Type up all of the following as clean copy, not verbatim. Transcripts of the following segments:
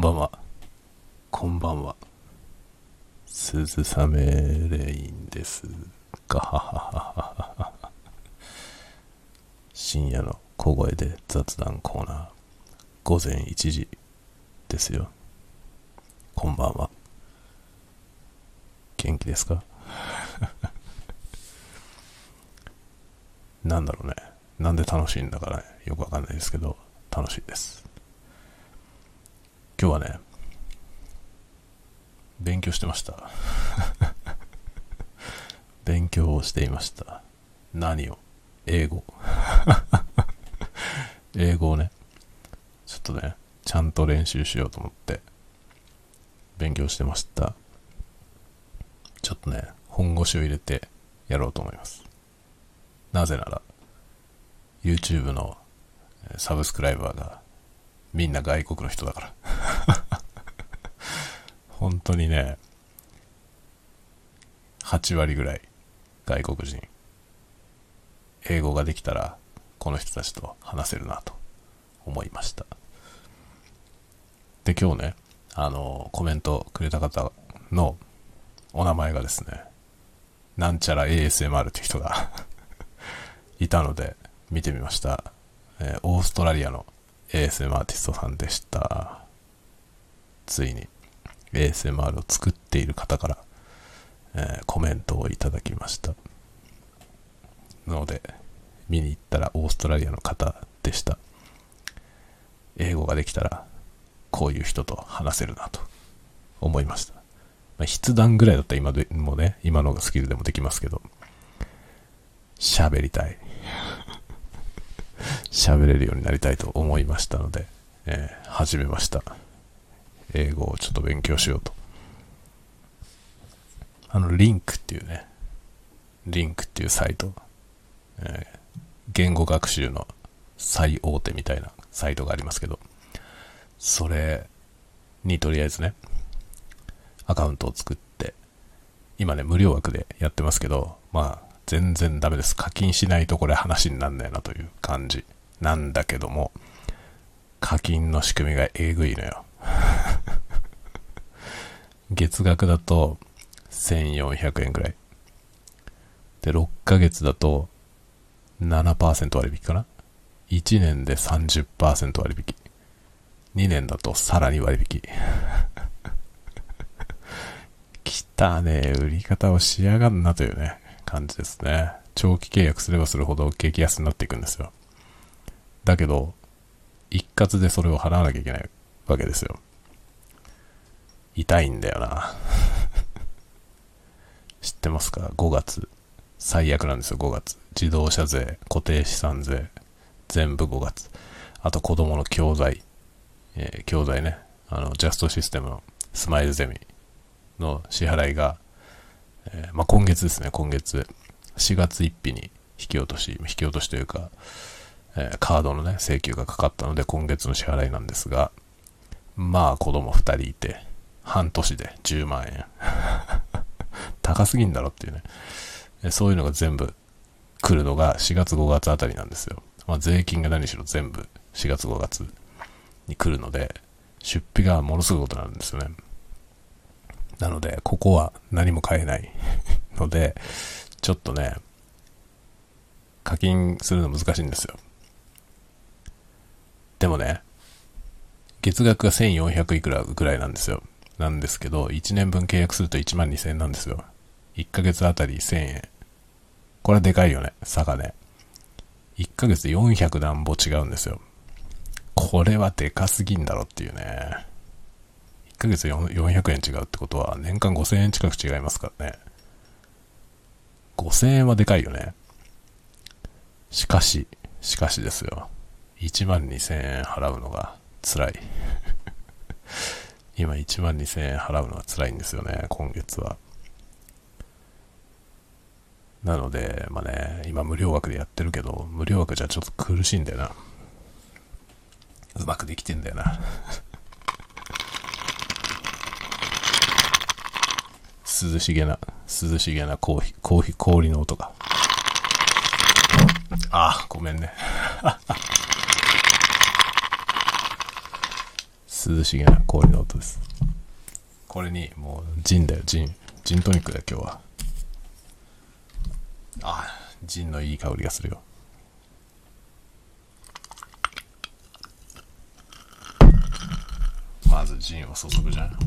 ばんは。こんばんは。鈴雨レインですがはははは。深夜の小声で雑談コーナー。午前1時ですよ。こんばんは。元気ですか？なんだろうね。なんで楽しいんだかね、よくわかんないですけど、楽しいです。今日はね、勉強してました。勉強をしていました。何を？英語。英語をね、ちょっとね、ちゃんと練習しようと思って勉強してました。ちょっとね、本腰を入れてやろうと思います。なぜなら YouTube のサブスクライバーがみんな外国の人だから。本当にね、8割ぐらい外国人。英語ができたらこの人たちと話せるなと思いました。で、今日ね、コメントくれた方のお名前がですね、なんちゃら ASMR って人がいたので見てみました。オーストラリアの ASMR アーティストさんでした。ついに ASMR を作っている方から、コメントをいただきました。なので見に行ったらオーストラリアの方でした。英語ができたらこういう人と話せるなと思いました。筆談ぐらいだったら今でもね、今のスキルでもできますけど、喋りたい。喋れるようになりたいと思いましたので、始めました。英語をちょっと勉強しようと。リンクっていうね、リンクっていうサイト、言語学習の最大手みたいなサイトがありますけど、それにとりあえずね、アカウントを作って、今ね、無料枠でやってますけど、まあ、全然ダメです。課金しないとこれ話になんないなという感じなんだけども、課金の仕組みがえぐいのよ。月額だと1400円くらい。で、6ヶ月だと 7% 割引かな。1年で 30% 割引。2年だとさらに割引。来たね、売り方をしやがんなというね、感じですね。長期契約すればするほど激安になっていくんですよ。だけど、一括でそれを払わなきゃいけないわけですよ。痛いんだよな。知ってますか？ 5 月。最悪なんですよ、5月。自動車税、固定資産税、全部5月。あと子供の教材。教材ね。ジャストシステムのスマイルゼミの支払いが、まあ、今月ですね、今月。4月1日に引き落としというか、カードのね、請求がかかったので、今月の支払いなんですが、まあ、子供2人いて、半年で10万円。高すぎんだろっていうね。そういうのが全部来るのが4月5月あたりなんですよ。まあ、税金が何しろ全部4月5月に来るので、出費がものすごいことになるんですよね。なので、ここは何も買えないので、ちょっとね、課金するの難しいんですよ。でもね、月額が1400いくらぐらいなんですよ。なんですけど、1年分契約すると1万2000円なんですよ。1ヶ月あたり1000円。これはでかいよね、差がね。1ヶ月で400何歩違うんですよ。これはでかすぎんだろっていうね。1ヶ月400円違うってことは、年間5000円近く違いますからね。5000円はでかいよね。しかしですよ。1万2000円払うのが辛い。今1万2000円払うのが辛いんですよね、今月は。なので、まあね、今無料枠でやってるけど、無料枠じゃちょっと苦しいんだよな。うまくできてんだよな。涼しげな氷の音が。ごめんね。 涼しげな氷の音です。これにもうジンだよ、ジントニックだよ今日は。ジンのいい香りがするよ。まずジンを注ぐじゃん。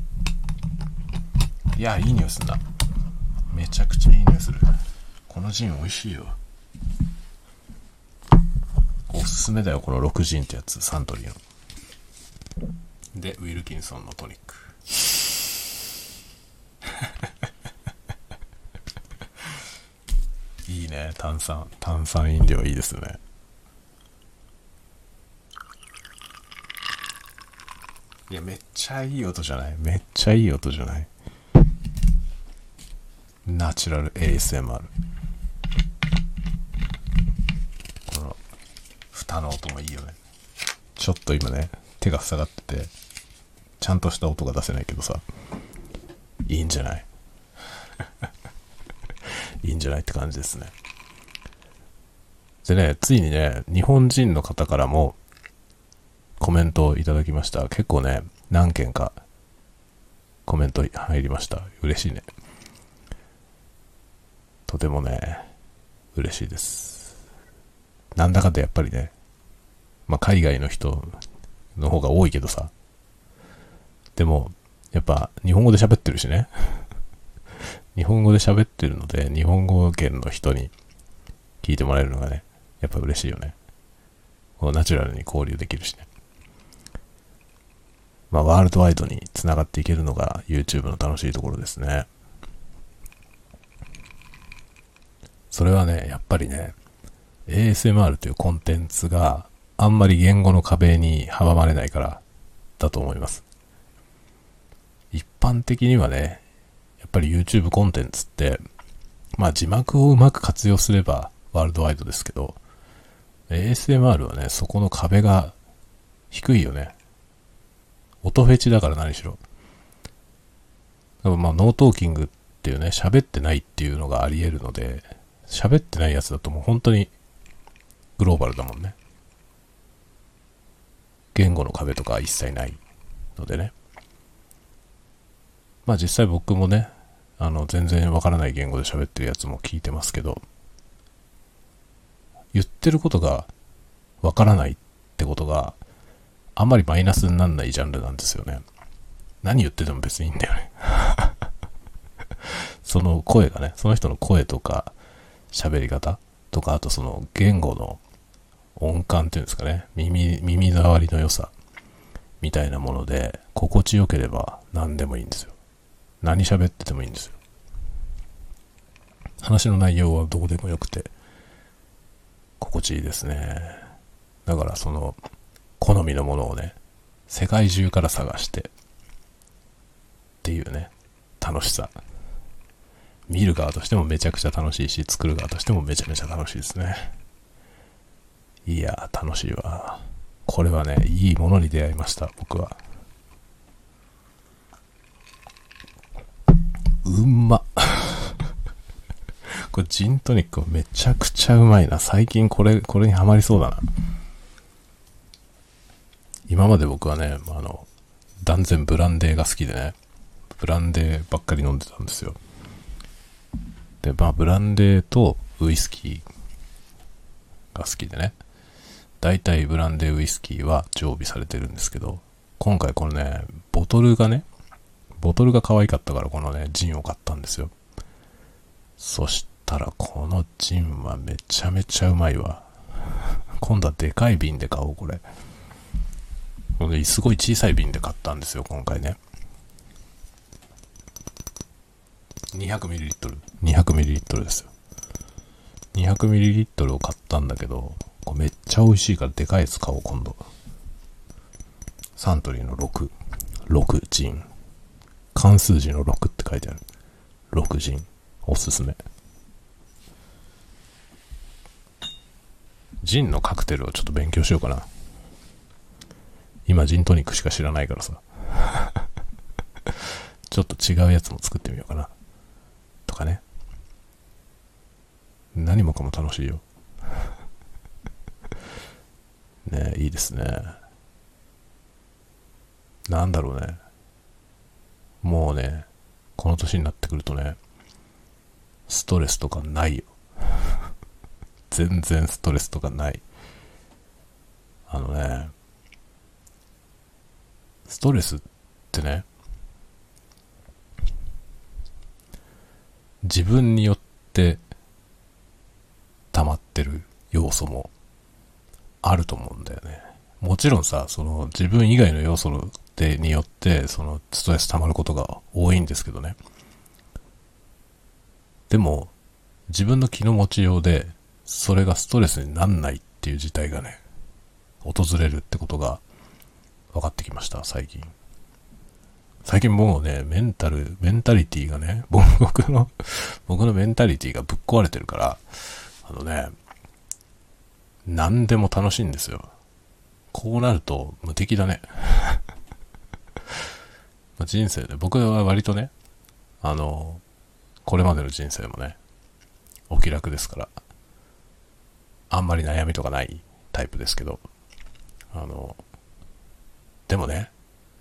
いや、いい匂いすんだ。めちゃくちゃいい匂いする。このジン美味しいよ。おすすめだよ、この6ジンってやつ、サントリーの。で、ウィルキンソンのトニック。いいね、炭酸飲料いいですね。いや、めっちゃいい音じゃない？めっちゃいい音じゃない？ナチュラル ASMR。 この蓋の音もいいよね。ちょっと今ね、手が塞がっててちゃんとした音が出せないけどさ、いいんじゃないいいんじゃないって感じですね。でね、ついにね、日本人の方からもコメントをいただきました。結構ね、何件かコメント入りました。嬉しいね。とてもね、嬉しいです。なんだかんだやっぱりね、まあ海外の人の方が多いけどさ、でもやっぱ日本語で喋ってるしね日本語で喋ってるので、日本語圏の人に聞いてもらえるのがね、やっぱ嬉しいよね。こうナチュラルに交流できるしね。まあワールドワイドにつながっていけるのが YouTube の楽しいところですね。それはね、やっぱりね、ASMR というコンテンツがあんまり言語の壁に阻まれないからだと思います。一般的にはね、やっぱり YouTube コンテンツって、まあ字幕をうまく活用すればワールドワイドですけど、ASMR はね、そこの壁が低いよね。音フェチだから何しろ。まあノートーキングっていうね、喋ってないっていうのがあり得るので、喋ってないやつだともう本当にグローバルだもんね。言語の壁とか一切ないのでね。まあ実際僕もね、全然わからない言語で喋ってるやつも聞いてますけど、言ってることがわからないってことがあんまりマイナスにならないジャンルなんですよね。何言ってても別にいいんだよねその声がね、その人の声とか喋り方とか、あとその言語の音感っていうんですかね、耳障りの良さみたいなもので心地よければ何でもいいんですよ。何喋っててもいいんですよ。話の内容はどこでもよくて心地いいですね。だからその好みのものをね、世界中から探してっていうね、楽しさ。見る側としてもめちゃくちゃ楽しいし、作る側としてもめちゃめちゃ楽しいですね。いやー、楽しいわ。これはね、いいものに出会いました、僕は。うんまこれジントニックめちゃくちゃうまいな。最近これにハマりそうだな。今まで僕はね、断然ブランデーが好きでね、ブランデーばっかり飲んでたんですよ。で、まあブランデーとウイスキーが好きでね、だいたいブランデーウイスキーは常備されてるんですけど、今回このね、ボトルが可愛かったからこのね、ジンを買ったんですよ。そしたらこのジンはめちゃめちゃうまいわ。今度はでかい瓶で買おう、これ。これすごい小さい瓶で買ったんですよ、今回ね。200ml ですよ。200ml を買ったんだけど、これめっちゃ美味しいからでかいやつ買おう、今度。サントリーの6ジン。漢数字の6って書いてある。6ジン。おすすめ。ジンのカクテルをちょっと勉強しようかな。今ジントニックしか知らないからさ。ちょっと違うやつも作ってみようかな。とかね。何もかも楽しいよ。ね、いいですね。 なんだろうね。もうね、この年になってくるとね、ストレスとかないよ。全然ストレスとかない。あのね、ストレスってね、自分によって溜まってる要素もあると思うんだよね。もちろんさ、その自分以外の要素によってそのストレス溜まることが多いんですけどね。でも自分の気の持ちようでそれがストレスになんないっていう事態がね、訪れるってことが分かってきました。最近もうね、メンタリティがね、僕のメンタリティがぶっ壊れてるから、何でも楽しいんですよ。こうなると無敵だね。人生で、僕は割とね、これまでの人生もね、お気楽ですから、あんまり悩みとかないタイプですけど、でもね、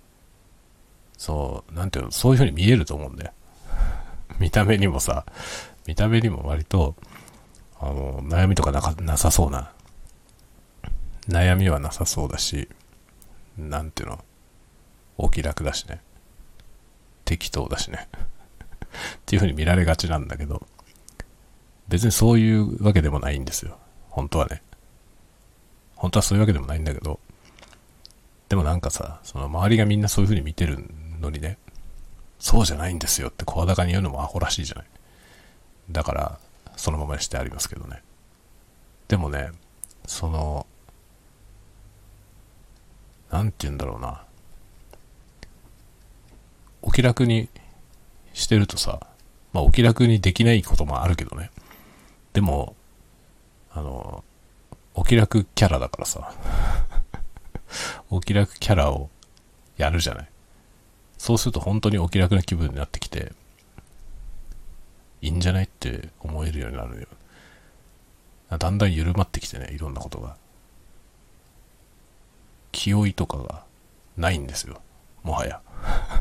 そう、なんていうの、そういう風に見えると思うんだよ。見た目にも割と、悩みとかなさそうな、悩みはなさそうだし、なんていうの、お気楽だしね、適当だしね、っていう風に見られがちなんだけど、別にそういうわけでもないんですよ。本当はね。本当はそういうわけでもないんだけど、でもなんかさ、その周りがみんなそういう風に見てるのにね、そうじゃないんですよって声高に言うのもアホらしいじゃない。だから、そのままにしてありますけどね。でもね、なんて言うんだろうな。お気楽にしてるとさ、まあお気楽にできないこともあるけどね。でも、お気楽キャラだからさ、お気楽キャラをやるじゃない。そうすると本当にお気楽な気分になってきて、いいんじゃないって思えるようになるよ。だんだん緩まってきてね、いろんなことが。気負いとかがないんですよ。もはや。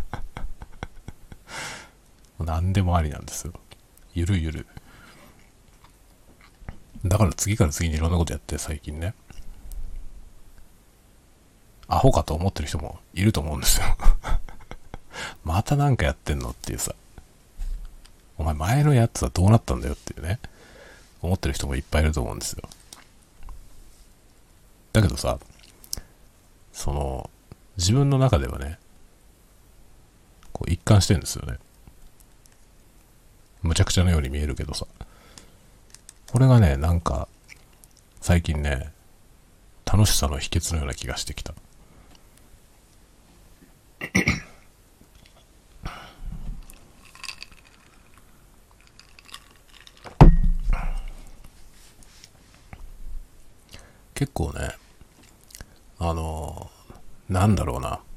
何でもありなんですよ。ゆるゆる。だから次から次にいろんなことやって最近ね、アホかと思ってる人もいると思うんですよ。またなんかやってんのっていうさ、お前前のやつはどうなったんだよっていうね、思ってる人もいっぱいいると思うんですよ。だけどさ、自分の中ではね、こう一貫してるんですよね。むちゃくちゃのように見えるけどさ。これがね、なんか、最近ね、楽しさの秘訣のような気がしてきた。結構ね、なんだろうな。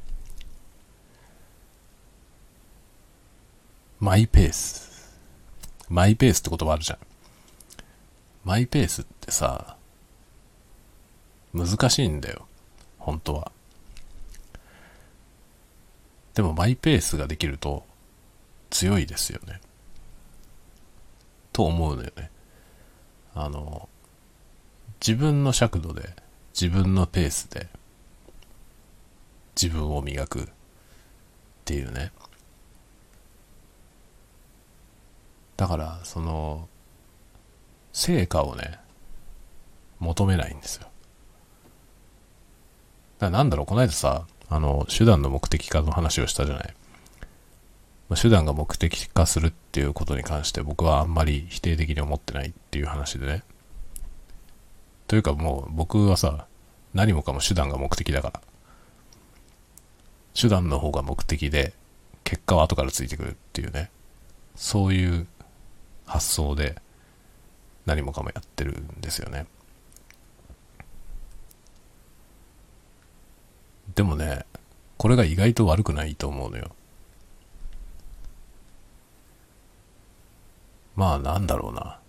マイペース。マイペースって言葉あるじゃん。マイペースってさ、難しいんだよ。本当は。でもマイペースができると強いですよね。と思うのよね。自分の尺度で、自分のペースで、自分を磨くっていうね。だから、成果をね、求めないんですよ。だからなんだろう、この間さ、手段の目的化の話をしたじゃない。手段が目的化するっていうことに関して僕はあんまり否定的に思ってないっていう話でね。というかもう僕はさ、何もかも手段が目的だから。手段の方が目的で、結果は後からついてくるっていうね。そういう発想で何もかもやってるんですよね。でもね、これが意外と悪くないと思うのよ。まあなんだろうな。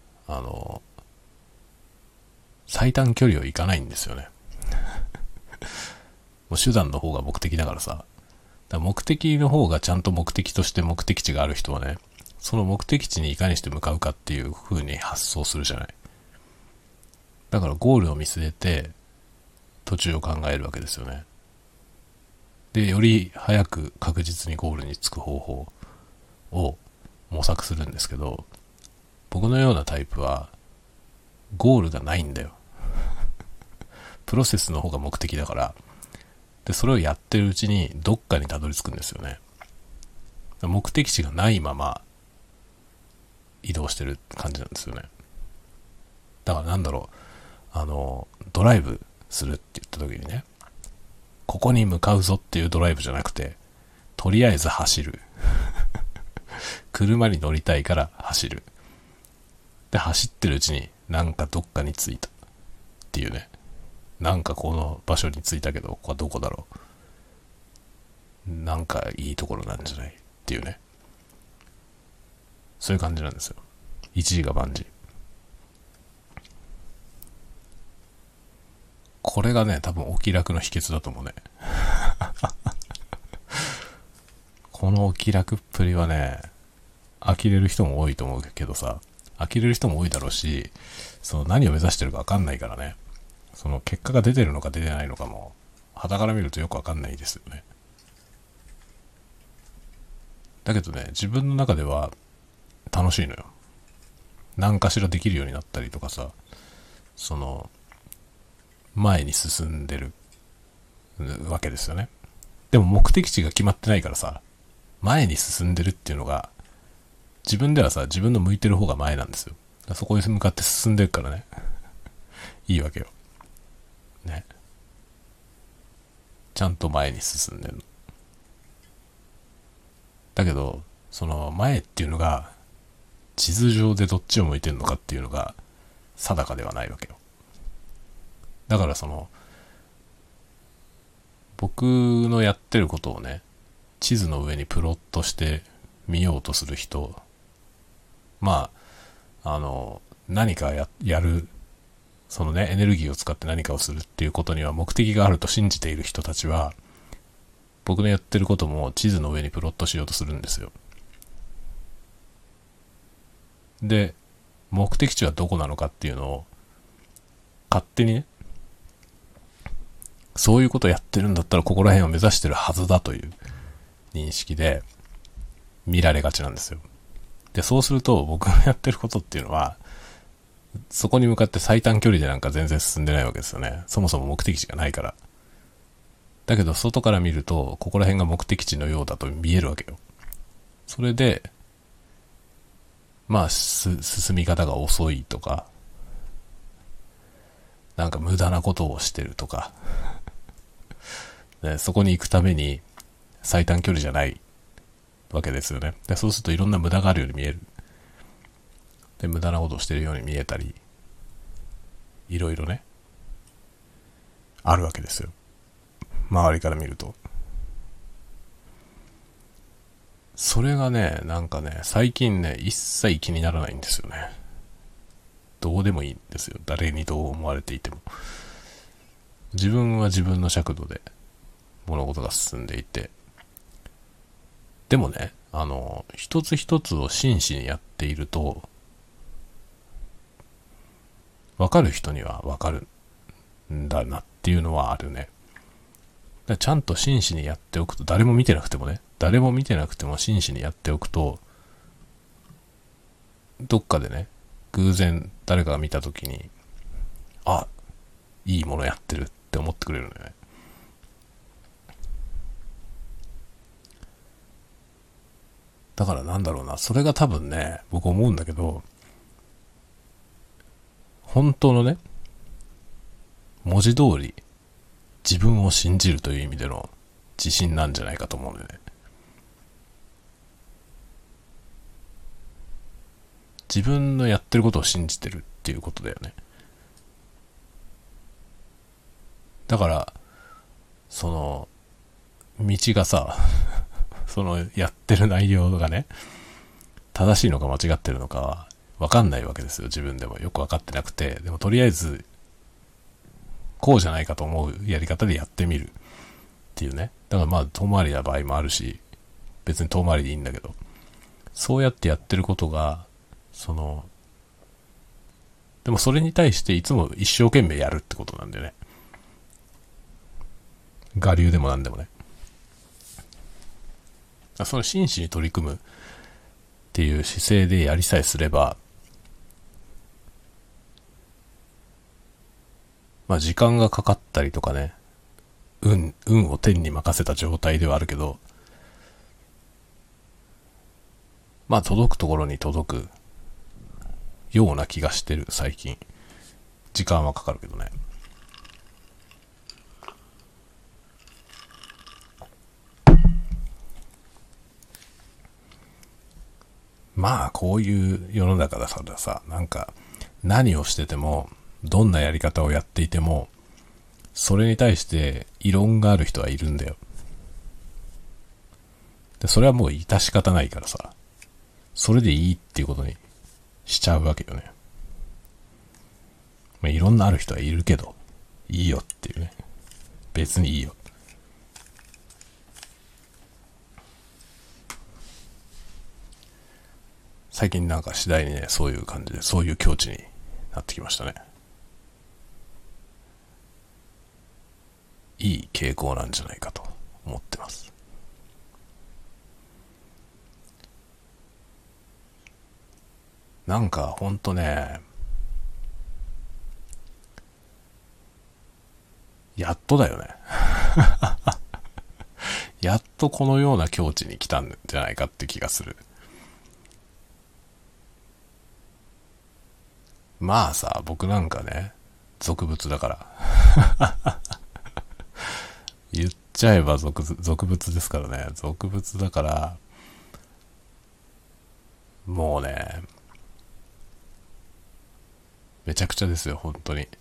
最短距離を行かないんですよね。もう手段の方が目的だからさ。 ら目的の方がちゃんと目的として目的地がある人はね、その目的地にいかにして向かうかっていう風に発想するじゃない。だからゴールを見据えて途中を考えるわけですよね。で、より早く確実にゴールに着く方法を模索するんですけど、僕のようなタイプはゴールがないんだよ。プロセスの方が目的だから。で、それをやってるうちにどっかにたどり着くんですよね。目的地がないまま移動してる感じなんですよね。だからなんだろう、ドライブするって言った時にね、ここに向かうぞっていうドライブじゃなくて、とりあえず走る。車に乗りたいから走る。で、走ってるうちになんかどっかに着いたっていうね。なんかこの場所に着いたけど、ここはどこだろう。なんかいいところなんじゃないっていうね。そういう感じなんですよ。一時が万事。これがね、多分お気楽の秘訣だと思うね。このお気楽っぷりはね、呆れる人も多いと思うけどさ、呆れる人も多いだろうし、その何を目指してるか分かんないからね、その結果が出てるのか出てないのかも、傍から見るとよく分かんないですよね。だけどね、自分の中では楽しいのよ。何かしらできるようになったりとかさ、その、前に進んでるわけですよね。でも目的地が決まってないからさ、前に進んでるっていうのが、自分ではさ、自分の向いてる方が前なんですよ。そこに向かって進んでるからね。いいわけよ。ね。ちゃんと前に進んでるの。だけど、その前っていうのが、地図上でどっちを向いてるのかっていうのが、定かではないわけよ。だからその、僕のやってることをね、地図の上にプロットしてみようとする人、まあ、何かやる、そのね、エネルギーを使って何かをするっていうことには目的があると信じている人たちは、僕のやってることも地図の上にプロットしようとするんですよ。で、目的地はどこなのかっていうのを、勝手にね、そういうことやってるんだったらここら辺を目指してるはずだという認識で見られがちなんですよ。で、そうすると僕がやってることっていうのは、そこに向かって最短距離でなんか全然進んでないわけですよね。そもそも目的地がないから。だけど外から見ると、ここら辺が目的地のようだと見えるわけよ。それで、まあ、進み方が遅いとか、なんか無駄なことをしてるとか、でそこに行くために最短距離じゃないわけですよね。でそうするといろんな無駄があるように見える。で無駄なことをしてるように見えたり、いろいろね、あるわけですよ。周りから見ると。それがね、なんかね、最近ね、一切気にならないんですよね。どうでもいいんですよ。誰にどう思われていても。自分は自分の尺度で物事が進んでいて、でもね、一つ一つを真摯にやっていると、分かる人には分かるんだなっていうのはあるね。ちゃんと真摯にやっておくと、誰も見てなくても真摯にやっておくと、どっかでね、偶然誰かが見たときに、あ、いいものやってるって思ってくれるんだよね。だからなんだろうな、それが多分ね、僕思うんだけど、本当のね、文字通り自分を信じるという意味での自信なんじゃないかと思うんだよね。自分のやってることを信じてるっていうことだよね。だからその道がさそのやってる内容がね、正しいのか間違ってるのかは分かんないわけですよ。自分でもよく分かってなくて、でもとりあえずこうじゃないかと思うやり方でやってみる。 っていうね。だからまあ遠回りな場合もあるし、別に遠回りでいいんだけど、そうやってやってることが、でもそれに対していつも一生懸命やるってことなんだよね。我流でもなんでもね。その真摯に取り組むっていう姿勢でやりさえすれば、まあ時間がかかったりとかね、運を天に任せた状態ではあるけど、まあ届くところに届くような気がしてる、最近。時間はかかるけどね。まあこういう世の中だからさ、なんか何をしてても、どんなやり方をやっていても、それに対して異論がある人はいるんだよ。で、それはもう致し方ないからさ、それでいいっていうことにしちゃうわけよね。まあいろんなある人はいるけど、いいよっていうね。別にいいよ。最近なんか次第にね、そういう感じで、そういう境地になってきましたね。いい傾向なんじゃないかと思ってます。なんかほんとね、やっとだよね。やっとこのような境地に来たんじゃないかって気がする。まあさ、僕なんかね、俗物だから。言っちゃえば俗物ですからね。俗物だから、もうね、めちゃくちゃですよ、本当に。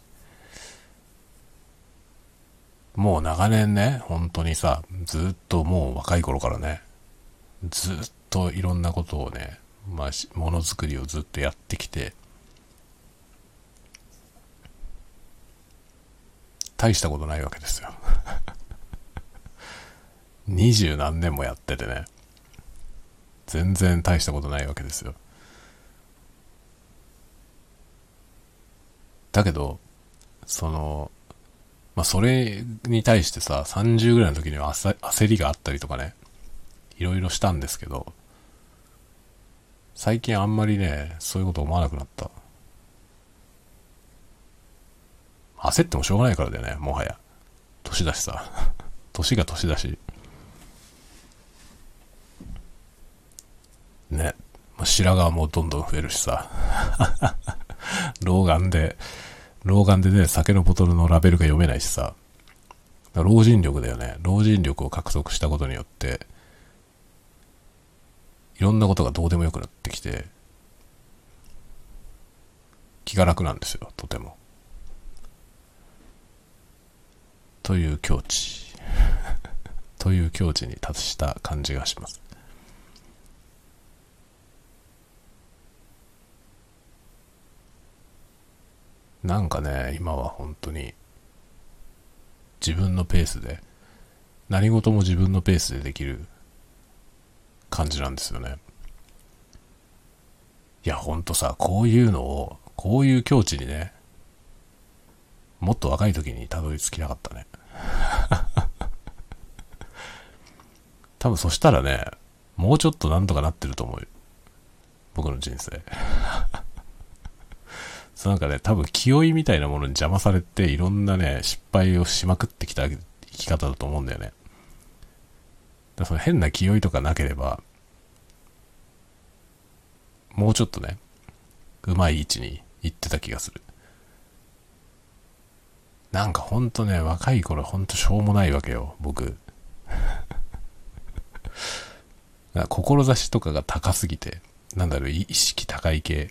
もう長年ね、本当にさ、ずっともう若い頃からね、ずっといろんなことをね、まあ、ものづくりをずっとやってきて、大したことないわけですよ。二十何年もやっててね、全然大したことないわけですよ。だけど、まあ、それに対してさ、30ぐらいの時には焦りがあったりとかね、いろいろしたんですけど、最近あんまりね、そういうこと思わなくなった。焦ってもしょうがないからだよね、もはや。年だしさ。年が年だし。ね。まあ、白髪もどんどん増えるしさ。老眼で、老眼でね、酒のボトルのラベルが読めないしさ。老人力だよね。老人力を獲得したことによって、いろんなことがどうでもよくなってきて、気が楽なんですよ、とても。という境地。という境地に達した感じがします。なんかね、今は本当に自分のペースで、何事も自分のペースでできる感じなんですよね。いや、ほんとさ、こういうのを、こういう境地にね、もっと若い時にたどり着きなかったね。多分そしたらね、もうちょっとなんとかなってると思うよ。僕の人生。なんかね、多分気負いみたいなものに邪魔されて、いろんなね、失敗をしまくってきた生き方だと思うんだよね。だからその変な気負いとかなければ、もうちょっとね、うまい位置に行ってた気がする。なんかほんとね、若い頃ほんとしょうもないわけよ、僕。志とかが高すぎて、なんだろう、意識高い系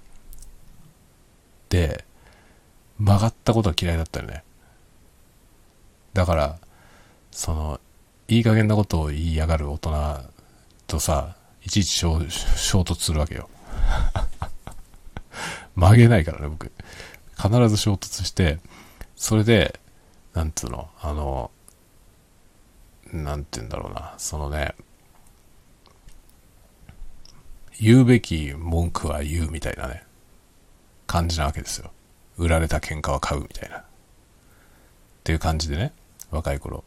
で、曲がったことは嫌いだったよね。だから、いい加減なことを言いやがる大人とさ、いちいち衝突するわけよ。曲げないからね、僕。必ず衝突して、それで、なんつうの、 なんて言うんだろうな、そのね、言うべき文句は言うみたいなね、感じなわけですよ。売られた喧嘩は買うみたいな。っていう感じでね、若い頃。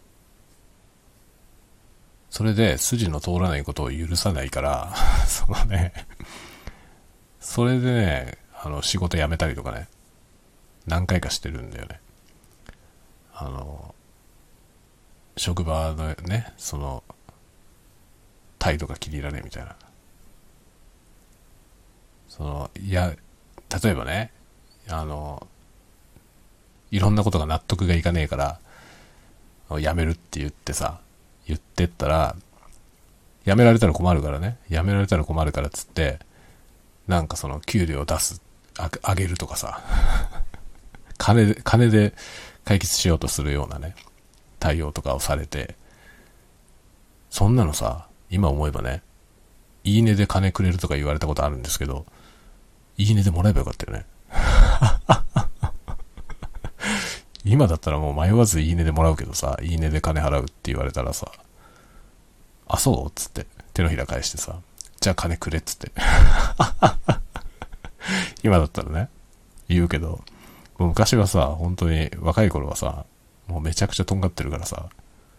それで筋の通らないことを許さないから、そのね、それでね、仕事辞めたりとかね、何回かしてるんだよね。職場のね、その、態度が気に入らねえみたいな。その、いや、例えばね、いろんなことが納得がいかねえから、辞めるって言ってさ、言ってったら、辞められたら困るからね、辞められたら困るからっつって、なんかその給料を出す、あげるとかさ、金で解決しようとするようなね、対応とかをされて、そんなのさ、今思えばね、いいねで金くれるとか言われたことあるんですけど、いいねでもらえばよかったよね。今だったらもう迷わずいいねでもらうけどさ、いいねで金払うって言われたらさ、あ、そうっつって手のひら返してさ、じゃあ金くれっつって。今だったらね、言うけど、もう昔はさ、本当に若い頃はさ、もうめちゃくちゃとんがってるからさ、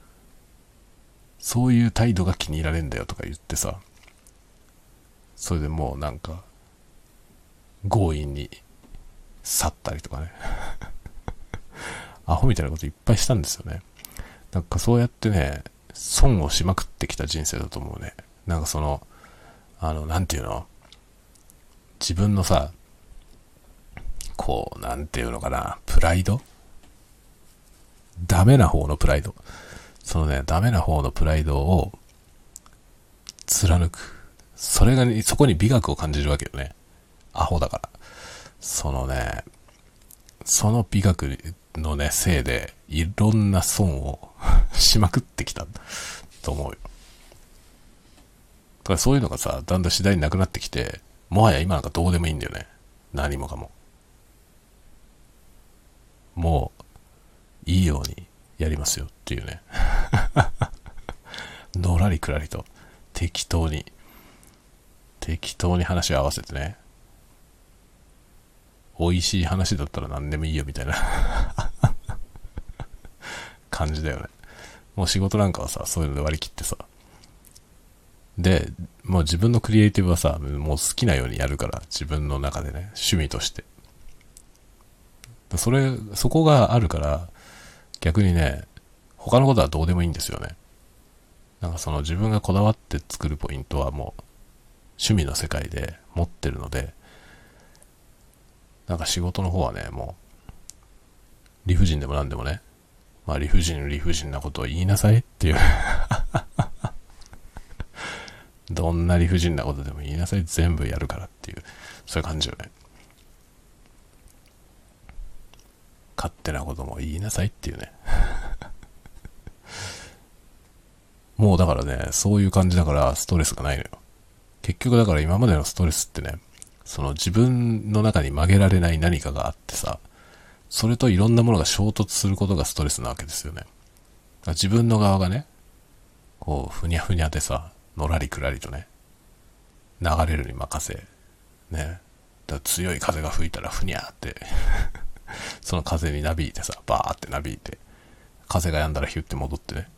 そういう態度が気に入られんだよとか言ってさ、それでもうなんか、強引に去ったりとかね。アホみたいなこといっぱいしたんですよね。なんかそうやってね、損をしまくってきた人生だと思うね。なんかその、なんていうの、自分のさ、こう、なんていうのかな、プライド、ダメな方のプライド。そのね、ダメな方のプライドを貫く。それがね、そこに美学を感じるわけよね。アホだから。そのね、その美学のね、せいで、いろんな損をしまくってきたと思うよ。だからそういうのがさ、だんだん次第になくなってきて、もはや今なんかどうでもいいんだよね。何もかも。もう、いいようにやりますよっていうね。のらりくらりと、適当に、適当に話を合わせてね。美味しい話だったら何でもいいよみたいな感じだよね。もう仕事なんかはさ、そういうので割り切ってさ。で、もう自分のクリエイティブはさ、もう好きなようにやるから、自分の中でね、趣味として。そこがあるから、逆にね、他のことはどうでもいいんですよね。なんかその自分がこだわって作るポイントはもう、趣味の世界で持ってるので、なんか仕事の方はね、もう、理不尽でも何でもね、まあ理不尽なことを言いなさいっていうどんな理不尽なことでも言いなさい、全部やるからっていう、そういう感じよね。勝手なことも言いなさいっていうね。もうだからね、そういう感じだからストレスがないのよ。結局だから今までのストレスってね、その自分の中に曲げられない何かがあってさ、それといろんなものが衝突することがストレスなわけですよね。自分の側がね、こう、ふにゃふにゃでさ、のらりくらりとね、流れるに任せ、ね。だから強い風が吹いたらふにゃーってその風になびいてさ、バーってなびいて、風が止んだらヒュって戻ってね。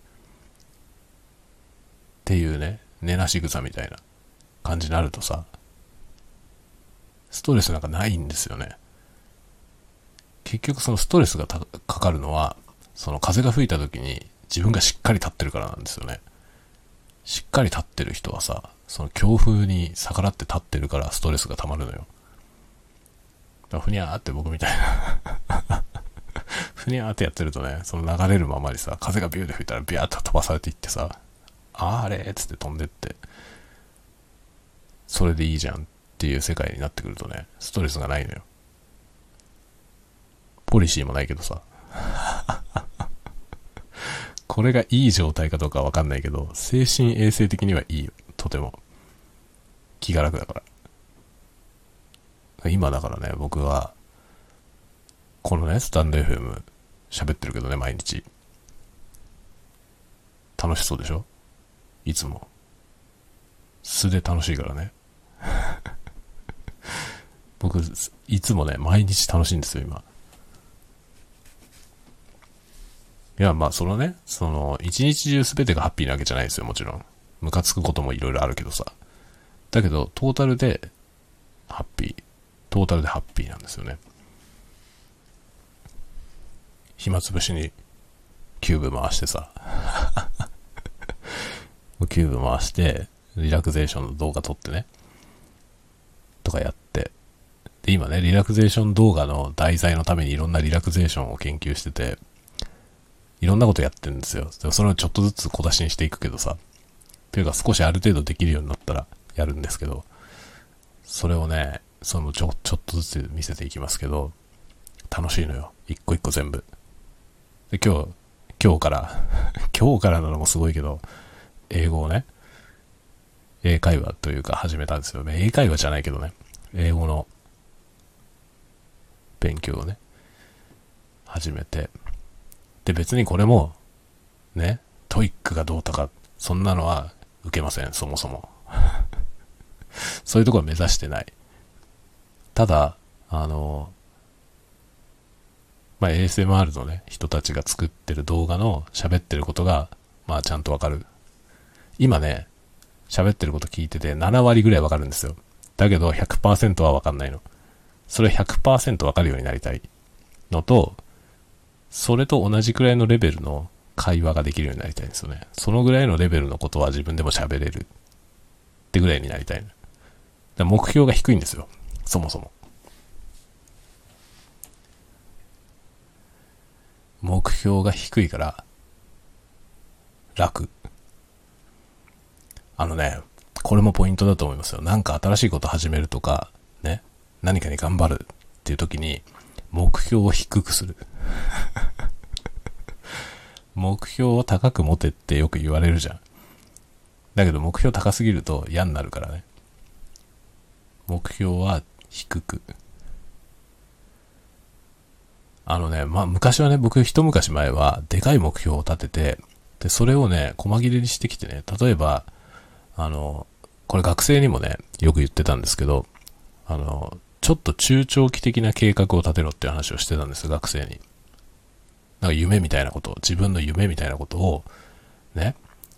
っていうね、寝なし草みたいな感じになるとさ、ストレスなんかないんですよね。結局そのストレスがかかるのは、その風が吹いた時に自分がしっかり立ってるからなんですよね。しっかり立ってる人はさ、その強風に逆らって立ってるからストレスが溜まるのよ。だからふにゃーって僕みたいなふにゃーってやってるとね、その流れるままにさ、風がビューで吹いたらビャーっと飛ばされていってさ、あれーっつって飛んでって、それでいいじゃんっていう世界になってくるとね、ストレスがないのよ。ポリシーもないけどさ。これがいい状態かどうかはわかんないけど、精神衛生的にはいいよ。とても。気が楽だから。今だからね、僕は、このね、スタンド FM 喋ってるけどね、毎日。 楽しそうでしょ？いつも。素で楽しいからね。僕、いつもね、毎日楽しいんですよ、今。いや、まあ、一日中すべてがハッピーなわけじゃないですよ、もちろん。ムカつくこともいろいろあるけどさ。だけど、トータルでハッピーなんですよね。暇つぶしにキューブ回してさ。キューブ回して、リラクゼーションの動画撮ってね。とかやって。で、今ね、リラクゼーション動画の題材のためにいろんなリラクゼーションを研究してて、いろんなことやってるんですよ。でもそれをちょっとずつ小出しにしていくけどさ。というか少しある程度できるようになったらやるんですけど、それをね、ちょっとずつ見せていきますけど、楽しいのよ。一個一個全部。で、今日から今日からなのもすごいけど、英語をね、英会話というか始めたんですよ。英会話じゃないけどね、英語の勉強をね、始めて。で、別にこれも、ね、トイックがどうとか、そんなのは受けません、そもそも。そういうところは目指してない。ただ、ASMR のね、人たちが作ってる動画の喋ってることが、まあちゃんとわかる。今ね、喋ってること聞いてて7割ぐらいわかるんですよ。だけど 100% はわかんないの。それ 100% わかるようになりたいのと、それと同じくらいのレベルの会話ができるようになりたいんですよね。そのぐらいのレベルのことは自分でも喋れるってぐらいになりたい。だから目標が低いんですよ。そもそも。目標が低いから楽。これもポイントだと思いますよ。なんか新しいこと始めるとか、ね、何かに頑張るっていう時に目標を低くする。目標を高く持てってよく言われるじゃん。だけど目標高すぎると嫌になるからね。目標は低く。昔はね、僕一昔前はでかい目標を立てて、で、それをね、細切れにしてきてね、例えば、これ学生にもね、よく言ってたんですけど、ちょっと中長期的な計画を立てろっていう話をしてたんですよ、学生に。なんか夢みたいなこと、自分の夢みたいなことを、ね、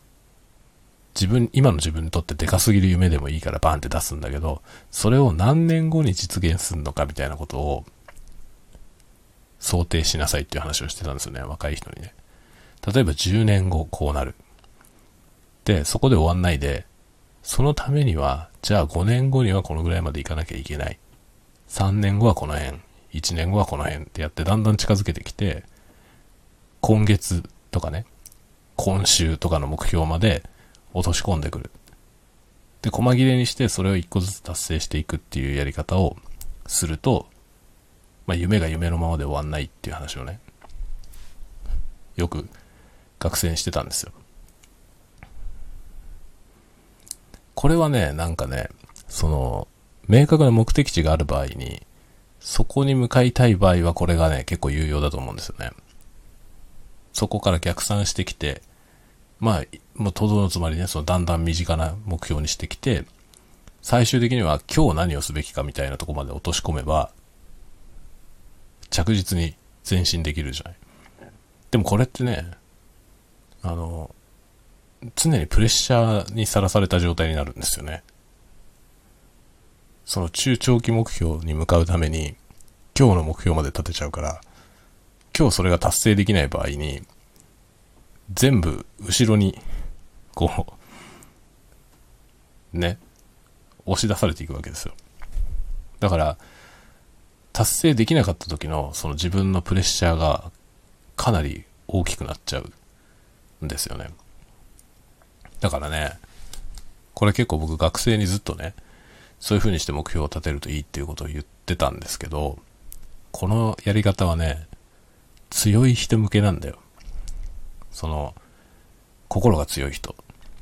今の自分にとってでかすぎる夢でもいいからバンって出すんだけど、それを何年後に実現するのかみたいなことを想定しなさいっていう話をしてたんですよね、若い人にね。例えば10年後こうなる。で、そこで終わんないで、そのためには、じゃあ5年後にはこのぐらいまでいかなきゃいけない。3年後はこの辺。1年後はこの辺ってやってだんだん近づけてきて、今月とかね、今週とかの目標まで落とし込んでくる。で、細切れにしてそれを一個ずつ達成していくっていうやり方をすると、夢が夢のままで終わんないっていう話をね、よく学生にしてたんですよ。これはね、明確な目的地がある場合に、そこに向かいたい場合はこれがね、結構有用だと思うんですよね。そこから逆算してきて、もうとどのつまりね、だんだん身近な目標にしてきて、最終的には今日何をすべきかみたいなところまで落とし込めば、着実に前進できるじゃない。でもこれってね、常にプレッシャーにさらされた状態になるんですよね。その中長期目標に向かうために今日の目標まで立てちゃうから、今日それが達成できない場合に全部後ろにこうね、押し出されていくわけですよ。だから達成できなかった時のその自分のプレッシャーがかなり大きくなっちゃうんですよね。だからね、これ結構僕学生にずっとね、そういう風にして目標を立てるといいっていうことを言ってたんですけど、このやり方はね、強い人向けなんだよ。心が強い人。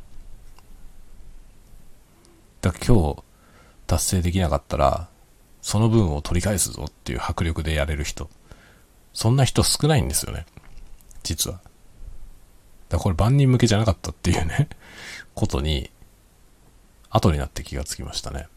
だから今日達成できなかったら、その分を取り返すぞっていう迫力でやれる人。そんな人少ないんですよね。実は。 だからこれ万人向けじゃなかったっていうね、ことに、後になって気がつきましたね。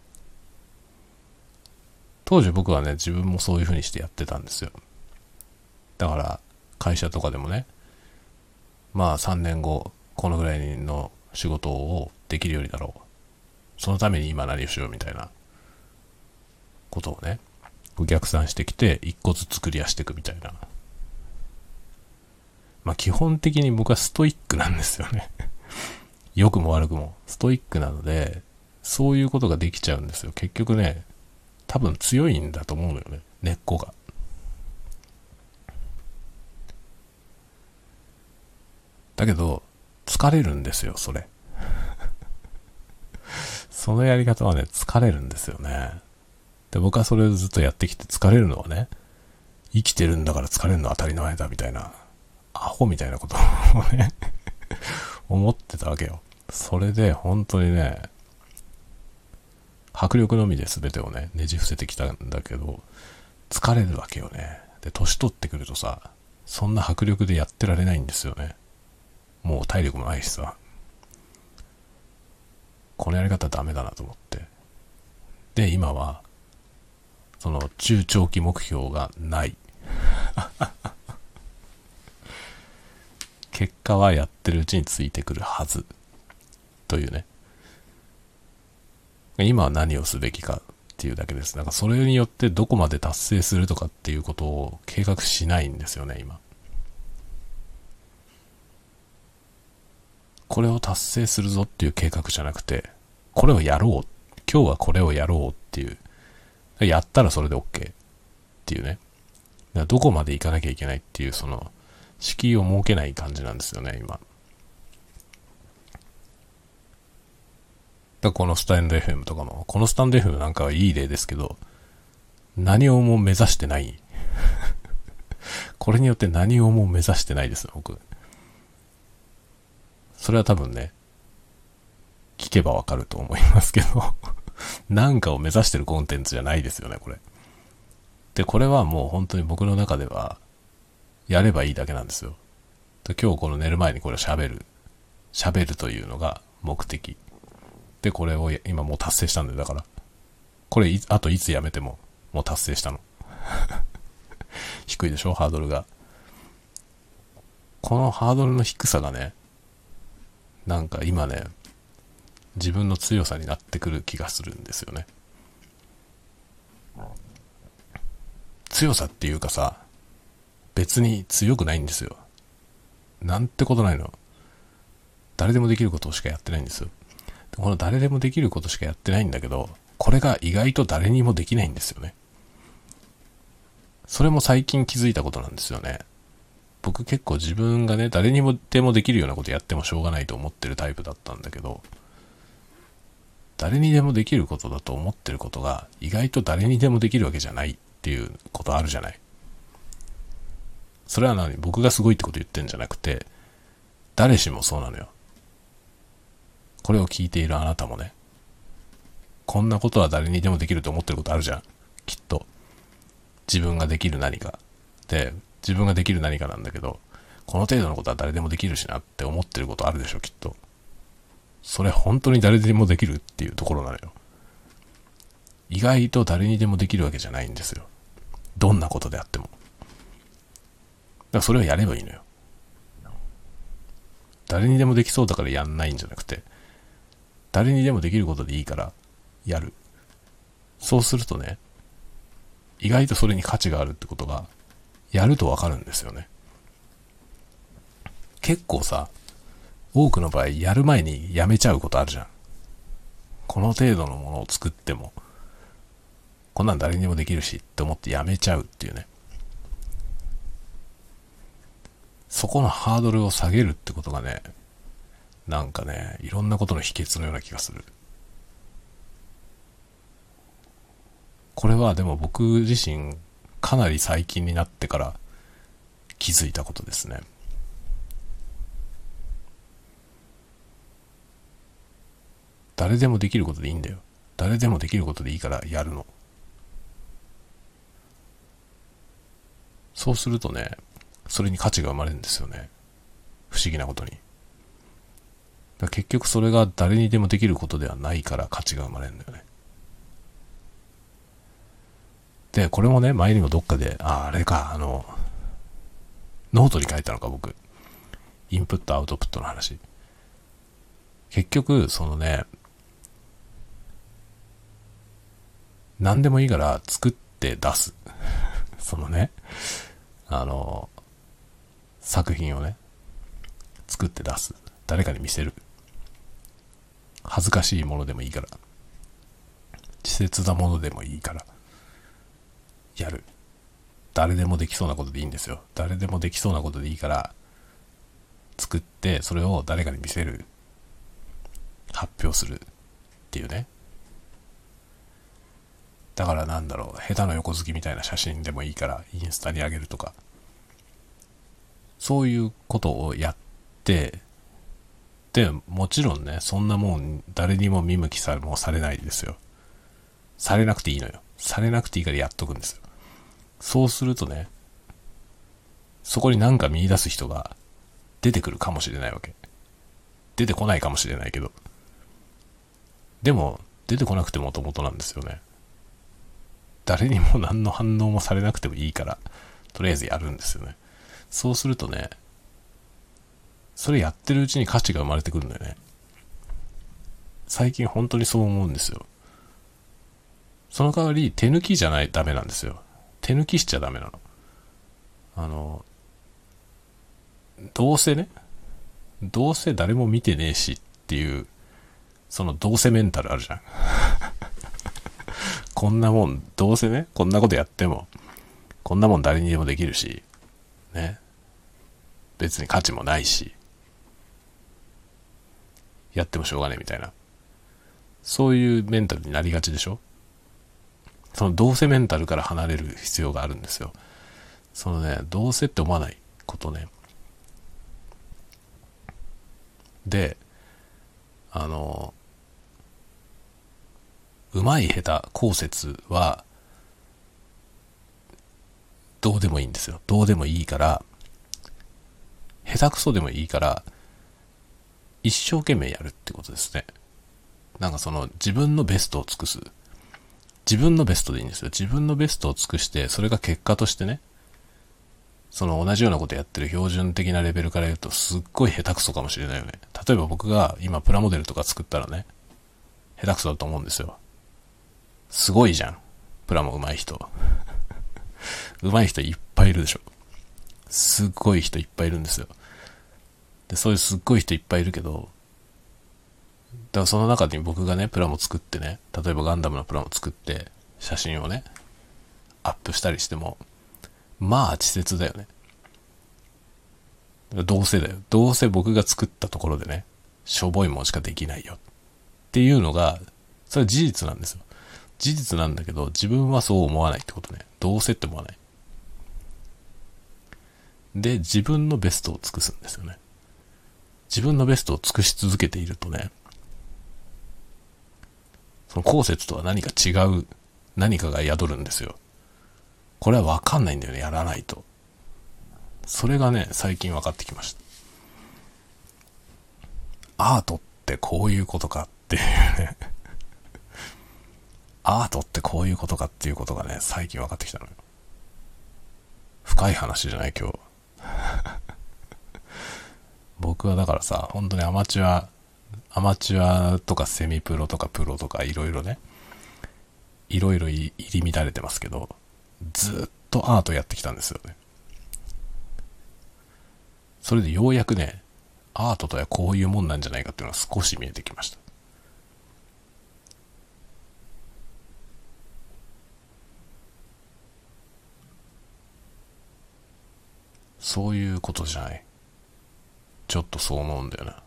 当時僕はね、自分もそういう風にしてやってたんですよ。だから、会社とかでもね、まあ3年後、このぐらいの仕事をできるようになろう。そのために今何をしようみたいなことをね、逆算してきて、一個ずつクリアしていくみたいな。まあ基本的に僕はストイックなんですよね。良くも悪くも。ストイックなので、そういうことができちゃうんですよ。結局ね、多分強いんだと思うのよね。根っこが。だけど、疲れるんですよ、それ。そのやり方はね、疲れるんですよね。で、僕はそれをずっとやってきて疲れるのはね、生きてるんだから疲れるのは当たり前だみたいな、アホみたいなことをね、思ってたわけよ。それで本当にね、迫力のみで全てをね、ねじ伏せてきたんだけど、疲れるわけよね。で、年取ってくるとさ、そんな迫力でやってられないんですよね。もう体力もないしさ、このやり方ダメだなと思って。で、今は、その中長期目標がない。結果はやってるうちについてくるはず。というね。今は何をすべきかっていうだけです。なんかそれによってどこまで達成するとかっていうことを計画しないんですよね、今。これを達成するぞっていう計画じゃなくて、これをやろう。今日はこれをやろうっていう。やったらそれで OK っていうね。だからどこまで行かなきゃいけないっていう、その、敷居を設けない感じなんですよね、今。だからこのスタンド FM とかも、このスタンド FM なんかはいい例ですけど、何をも目指してない。これによって何をも目指してないです、僕。それは多分ね、聞けばわかると思いますけど、なんかを目指してるコンテンツじゃないですよね、これ。で、これはもう本当に僕の中では、やればいいだけなんですよ。で、今日この寝る前にこれを喋るというのが目的。で、これを今もう達成したんで、だから。これあといつやめても、もう達成したの。低いでしょ、ハードルが。このハードルの低さがね、なんか今ね、自分の強さになってくる気がするんですよね。強さっていうかさ、別に強くないんですよ。なんてことないの。誰でもできることしかやってないんですよ。この誰でもできることしかやってないんだけど、これが意外と誰にもできないんですよね。それも最近気づいたことなんですよね。僕結構自分がね、誰にもでもできるようなことやってもしょうがないと思ってるタイプだったんだけど、誰にでもできることだと思ってることが意外と誰にでもできるわけじゃないっていうことあるじゃない。それは何？僕がすごいってこと言ってんじゃなくて、誰しもそうなのよ。これを聞いているあなたもね、こんなことは誰にでもできると思ってることあるじゃん。きっと。自分ができる何か。で、自分ができる何かなんだけど、この程度のことは誰でもできるしなって思ってることあるでしょ、きっと。それ本当に誰でもできるっていうところなのよ。意外と誰にでもできるわけじゃないんですよ。どんなことであっても。だからそれをやればいいのよ。誰にでもできそうだからやんないんじゃなくて、誰にでもできることでいいからやる。そうするとね、意外とそれに価値があるってことがやるとわかるんですよね。結構さ、多くの場合やる前にやめちゃうことあるじゃん。この程度のものを作ってもこんなん誰にもできるしって思ってやめちゃうっていうね。そこのハードルを下げるってことがね、なんかね、いろんなことの秘訣のような気がする。これはでも僕自身かなり最近になってから気づいたことですね。誰でもできることでいいんだよ。誰でもできることでいいからやるの。そうするとね、それに価値が生まれるんですよね。 不思議なことに。だから結局それが誰にでもできることではないから価値が生まれるんだよね。で、これもね、前にもどっかで、あれか、ノートに書いたのか僕。インプットアウトプットの話。結局、そのね、何でもいいから作って出す。そのね、作品をね、作って出す。誰かに見せる。恥ずかしいものでもいいから。稚拙なものでもいいから。やる。誰でもできそうなことでいいんですよ。誰でもできそうなことでいいから、作って、それを誰かに見せる。発表する。っていうね。だからなんだろう、下手な横好きみたいな写真でもいいから、インスタに上げるとか。そういうことをやって、で、もちろんね、そんなもん誰にも見向きもされないですよ。されなくていいのよ。されなくていいからやっとくんですよ。そうするとね、そこに何か見出す人が出てくるかもしれないわけ。出てこないかもしれないけど。でも、出てこなくてもともとなんですよね。誰にも何の反応もされなくてもいいから、とりあえずやるんですよね。そうするとね、それやってるうちに価値が生まれてくるんだよね。最近本当にそう思うんですよ。その代わり手抜きじゃダメなんですよ。手抜きしちゃダメなの。どうせ誰も見てねえしっていう、そのどうせメンタルあるじゃん。こんなもん、どうせね、こんなことやっても、こんなもん誰にでもできるし、ね。別に価値もないし、やってもしょうがねえみたいな。そういうメンタルになりがちでしょ。そのどうせメンタルから離れる必要があるんですよ。そのね、どうせって思わないことね。で、うまい下手、後説は、どうでもいいんですよ。どうでもいいから、下手くそでもいいから、一生懸命やるってことですね。なんかその自分のベストを尽くす。自分のベストでいいんですよ。自分のベストを尽くして、それが結果としてね、その同じようなことやってる標準的なレベルから言うとすっごい下手くそかもしれないよね。例えば僕が今プラモデルとか作ったらね、下手くそだと思うんですよ。すごいじゃん。プラモ上手い人。上手い人いっぱいいるでしょ。すっごい人いっぱいいるんですよ。で、そういうすっごい人いっぱいいるけど、だからその中に僕がね、プラモ作ってね、例えばガンダムのプラモ作って、写真をね、アップしたりしても、まあ、稚拙だよね。どうせだよ。どうせ僕が作ったところでね、しょぼいもんしかできないよ。っていうのが、それは事実なんですよ。事実なんだけど、自分はそう思わないってことね。どうせって思わない。で、自分のベストを尽くすんですよね。自分のベストを尽くし続けているとね、その後説とは何か違う何かが宿るんですよ。これは分かんないんだよね、やらないと。それがね、最近分かってきました。アートってこういうことかっていうね。アートってこういうことかっていうことがね、最近分かってきたのよ。深い話じゃない今日。僕はだからさ、本当にアマチュアとかセミプロとかプロとかいろいろね、いろいろ入り乱れてますけど、ずっとアートやってきたんですよね。それでようやくね、アートとはこういうもんなんじゃないかっていうのが少し見えてきました。そういうことじゃない。ちょっとそう思うんだよな。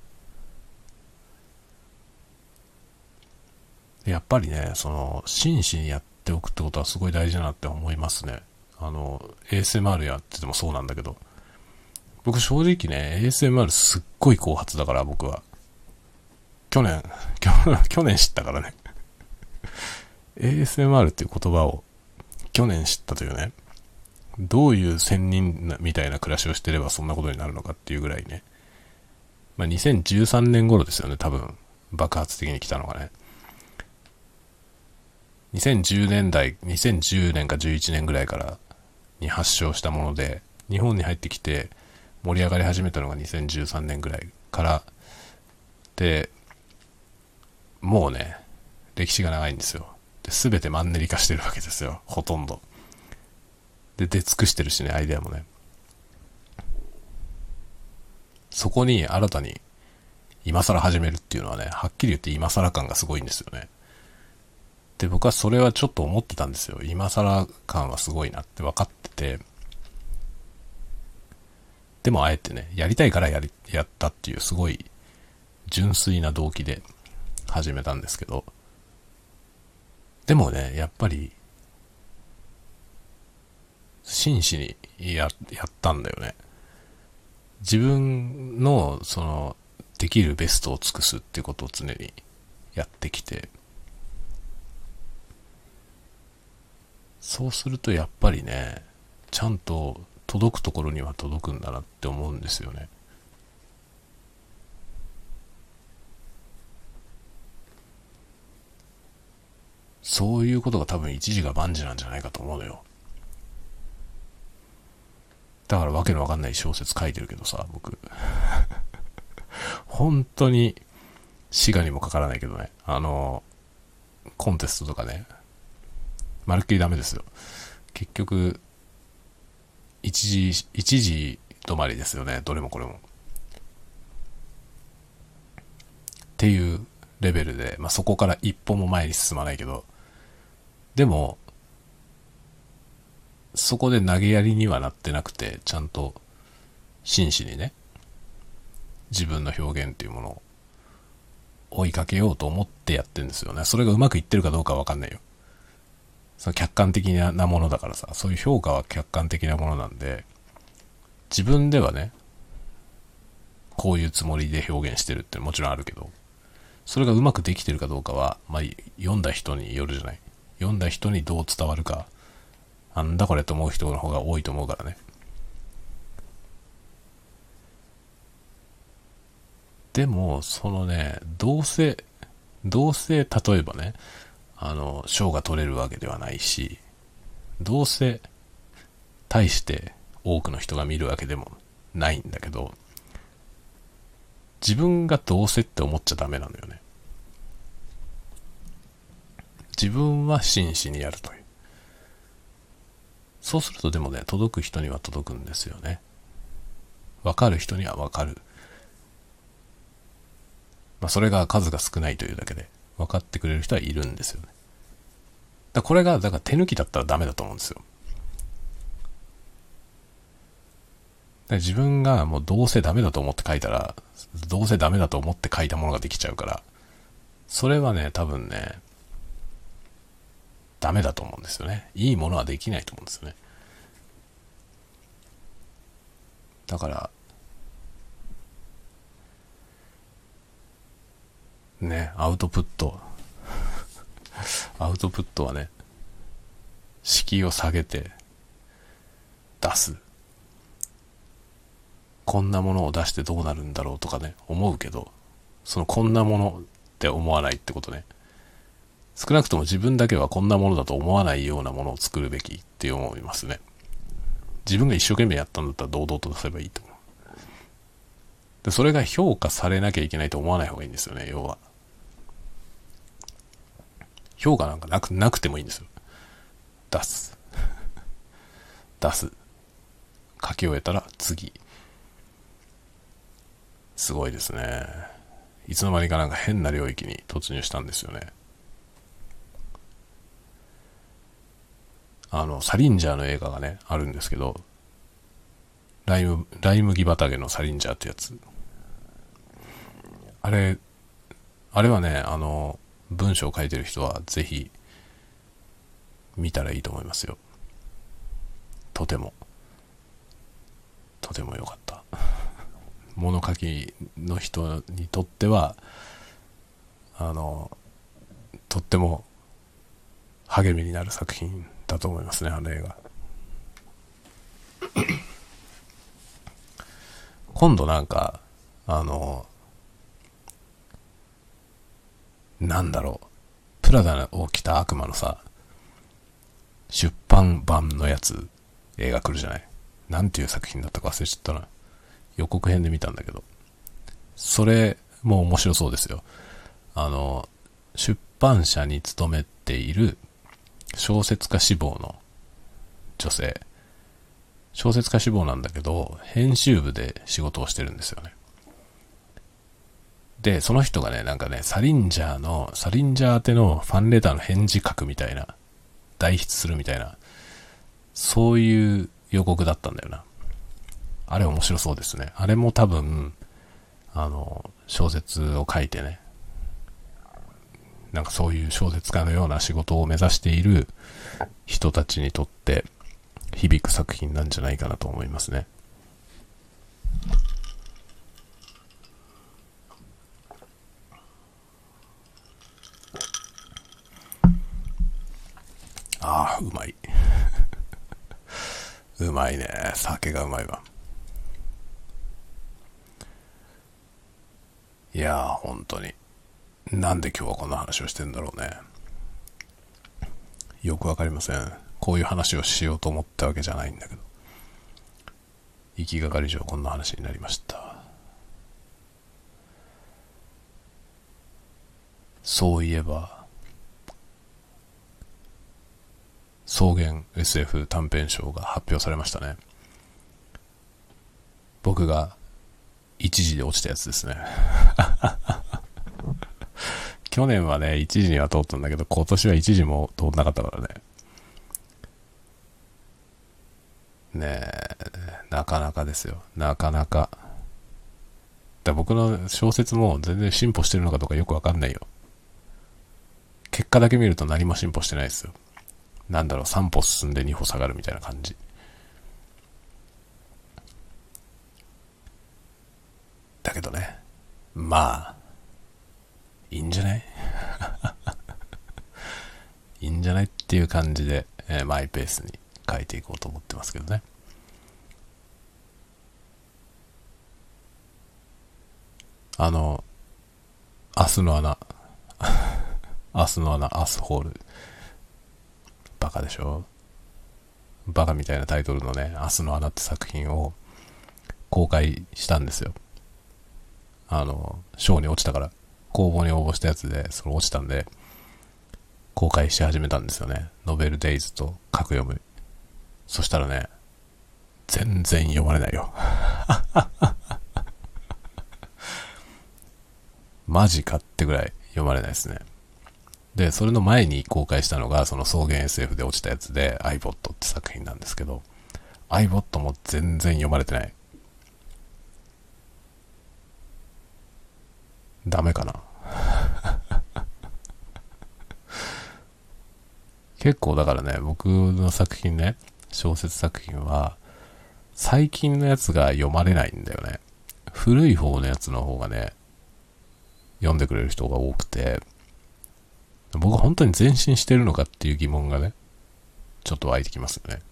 やっぱりね、その、真摯にやっておくってことはすごい大事だなって思いますね。ASMR やっててもそうなんだけど、僕正直ね、ASMR すっごい後発だから僕は。去年知ったからね。ASMR っていう言葉を去年知ったというね。 どういう仙人みたいな暮らしをしてればそんなことになるのかっていうぐらいね。まあ、2013年頃ですよね、多分爆発的に来たのがね。2010年代、2010年か11年ぐらいからに発症したもので、日本に入ってきて盛り上がり始めたのが2013年ぐらいからで、もうね、歴史が長いんですよ。で、全てマンネリ化してるわけですよ、ほとんど。で、出尽くしてるしね、アイデアもね。そこに新たに今更始めるっていうのはね、はっきり言って今更感がすごいんですよね。で、僕はそれはちょっと思ってたんですよ。今更感はすごいなって分かってて、でもあえてね、やりたいからやったっていうすごい純粋な動機で始めたんですけど、でもね、やっぱり真摯にやったんだよね。自分のそのできるベストを尽くすっていうことを常にやってきて、そうするとやっぱりね、ちゃんと届くところには届くんだなって思うんですよね。そういうことが多分一時が万事なんじゃないかと思うのよ。だからわけのわかんない小説書いてるけどさ、僕。本当に滋賀にもかからないけどね。コンテストとかね、まるっきりダメですよ。結局、一時止まりですよね。どれもこれも。っていうレベルで、まあ、そこから一歩も前に進まないけど、でも、そこで投げやりにはなってなくて、ちゃんと真摯にね、自分の表現っていうものを追いかけようと思ってやってるんですよね。それがうまくいってるかどうかはわかんないよ。その客観的なものだからさ、そういう評価は客観的なものなんで、自分ではね、こういうつもりで表現してるってもちろんあるけど、それがうまくできてるかどうかは、まあ、読んだ人によるじゃない。読んだ人にどう伝わるか、なんだこれと思う人の方が多いと思うからね。でも、そのね、どうせ、例えばね、賞が取れるわけではないし、どうせ、大して多くの人が見るわけでもないんだけど、自分がどうせって思っちゃダメなのよね。自分は真摯にやるという。そうするとでもね、届く人には届くんですよね。わかる人にはわかる。まあ、それが数が少ないというだけで、分かってくれる人はいるんですよね。これが、だから手抜きだったらダメだと思うんですよ。自分がもうどうせダメだと思って書いたら、どうせダメだと思って書いたものができちゃうから、それはね、多分ね、ダメだと思うんですよね。いいものはできないと思うんですよね。だから、ね、アウトプットはね、敷居を下げて出す。こんなものを出してどうなるんだろうとかね、思うけど、そのこんなものって思わないってことね。少なくとも自分だけはこんなものだと思わないようなものを作るべきって思いますね。自分が一生懸命やったんだったら堂々と出せばいいと思う。で、それが評価されなきゃいけないと思わない方がいいんですよね、要は。評価なんかなくてもいいんですよ。出す。出す。書き終えたら次。すごいですね。いつの間にかなんか変な領域に突入したんですよね。サリンジャーの映画がね、あるんですけど、ライ麦畑のサリンジャーってやつ。あれ、あれはね、文章を書いてる人はぜひ見たらいいと思いますよ。とても良かった。物書きの人にとっては、とっても励みになる作品だと思いますね、あの映画。 今度なんか、なんだろう、プラダを着た悪魔のさ、出版版のやつ、映画来るじゃない。なんていう作品だったか忘れちゃったな。予告編で見たんだけど。それも面白そうですよ。出版社に勤めている小説家志望の女性。小説家志望なんだけど、編集部で仕事をしてるんですよね。で、その人がね、なんかね、サリンジャー宛てのファンレターの返事書くみたいな、代筆するみたいな、そういう予告だったんだよな。あれ面白そうですね。あれも多分、小説を書いてね、なんかそういう小説家のような仕事を目指している人たちにとって響く作品なんじゃないかなと思いますね。ああ、うまい。うまいね。酒がうまいわ。いやー、本当に。なんで今日はこんな話をしてんだろうね。よくわかりません。こういう話をしようと思ったわけじゃないんだけど。行きがかり上こんな話になりました。そういえば、草原 SF 短編賞が発表されましたね。僕が一時で落ちたやつですね。去年はね、一時には通ったんだけど、今年は一時も通んなかったからね。ねえ、なかなかですよ。なかなか。僕の小説も全然進歩してるのかどうかよくわかんないよ。結果だけ見ると何も進歩してないですよ。なんだろう、3歩進んで2歩下がるみたいな感じ。だけどね、まあ、いいんじゃないいいんじゃないっていう感じで、マイペースに書いていこうと思ってますけどね。明日の穴、明日の穴、アスホール。バカでしょ。バカみたいなタイトルのね、明日の穴って作品を公開したんですよ。賞に落ちたから、公募に応募したやつで、その落ちたんで、公開し始めたんですよね。ノベルデイズと格読む。そしたらね、全然読まれないよ。マジかってぐらい読まれないですね。で、それの前に公開したのが、その草原 SF で落ちたやつで、iBot って作品なんですけど、iBot も全然読まれてない。ダメかな。結構だからね、僕の作品ね、小説作品は、最近のやつが読まれないんだよね。古い方のやつの方がね、読んでくれる人が多くて、僕は本当に前進してるのかっていう疑問がね、ちょっと湧いてきますよね。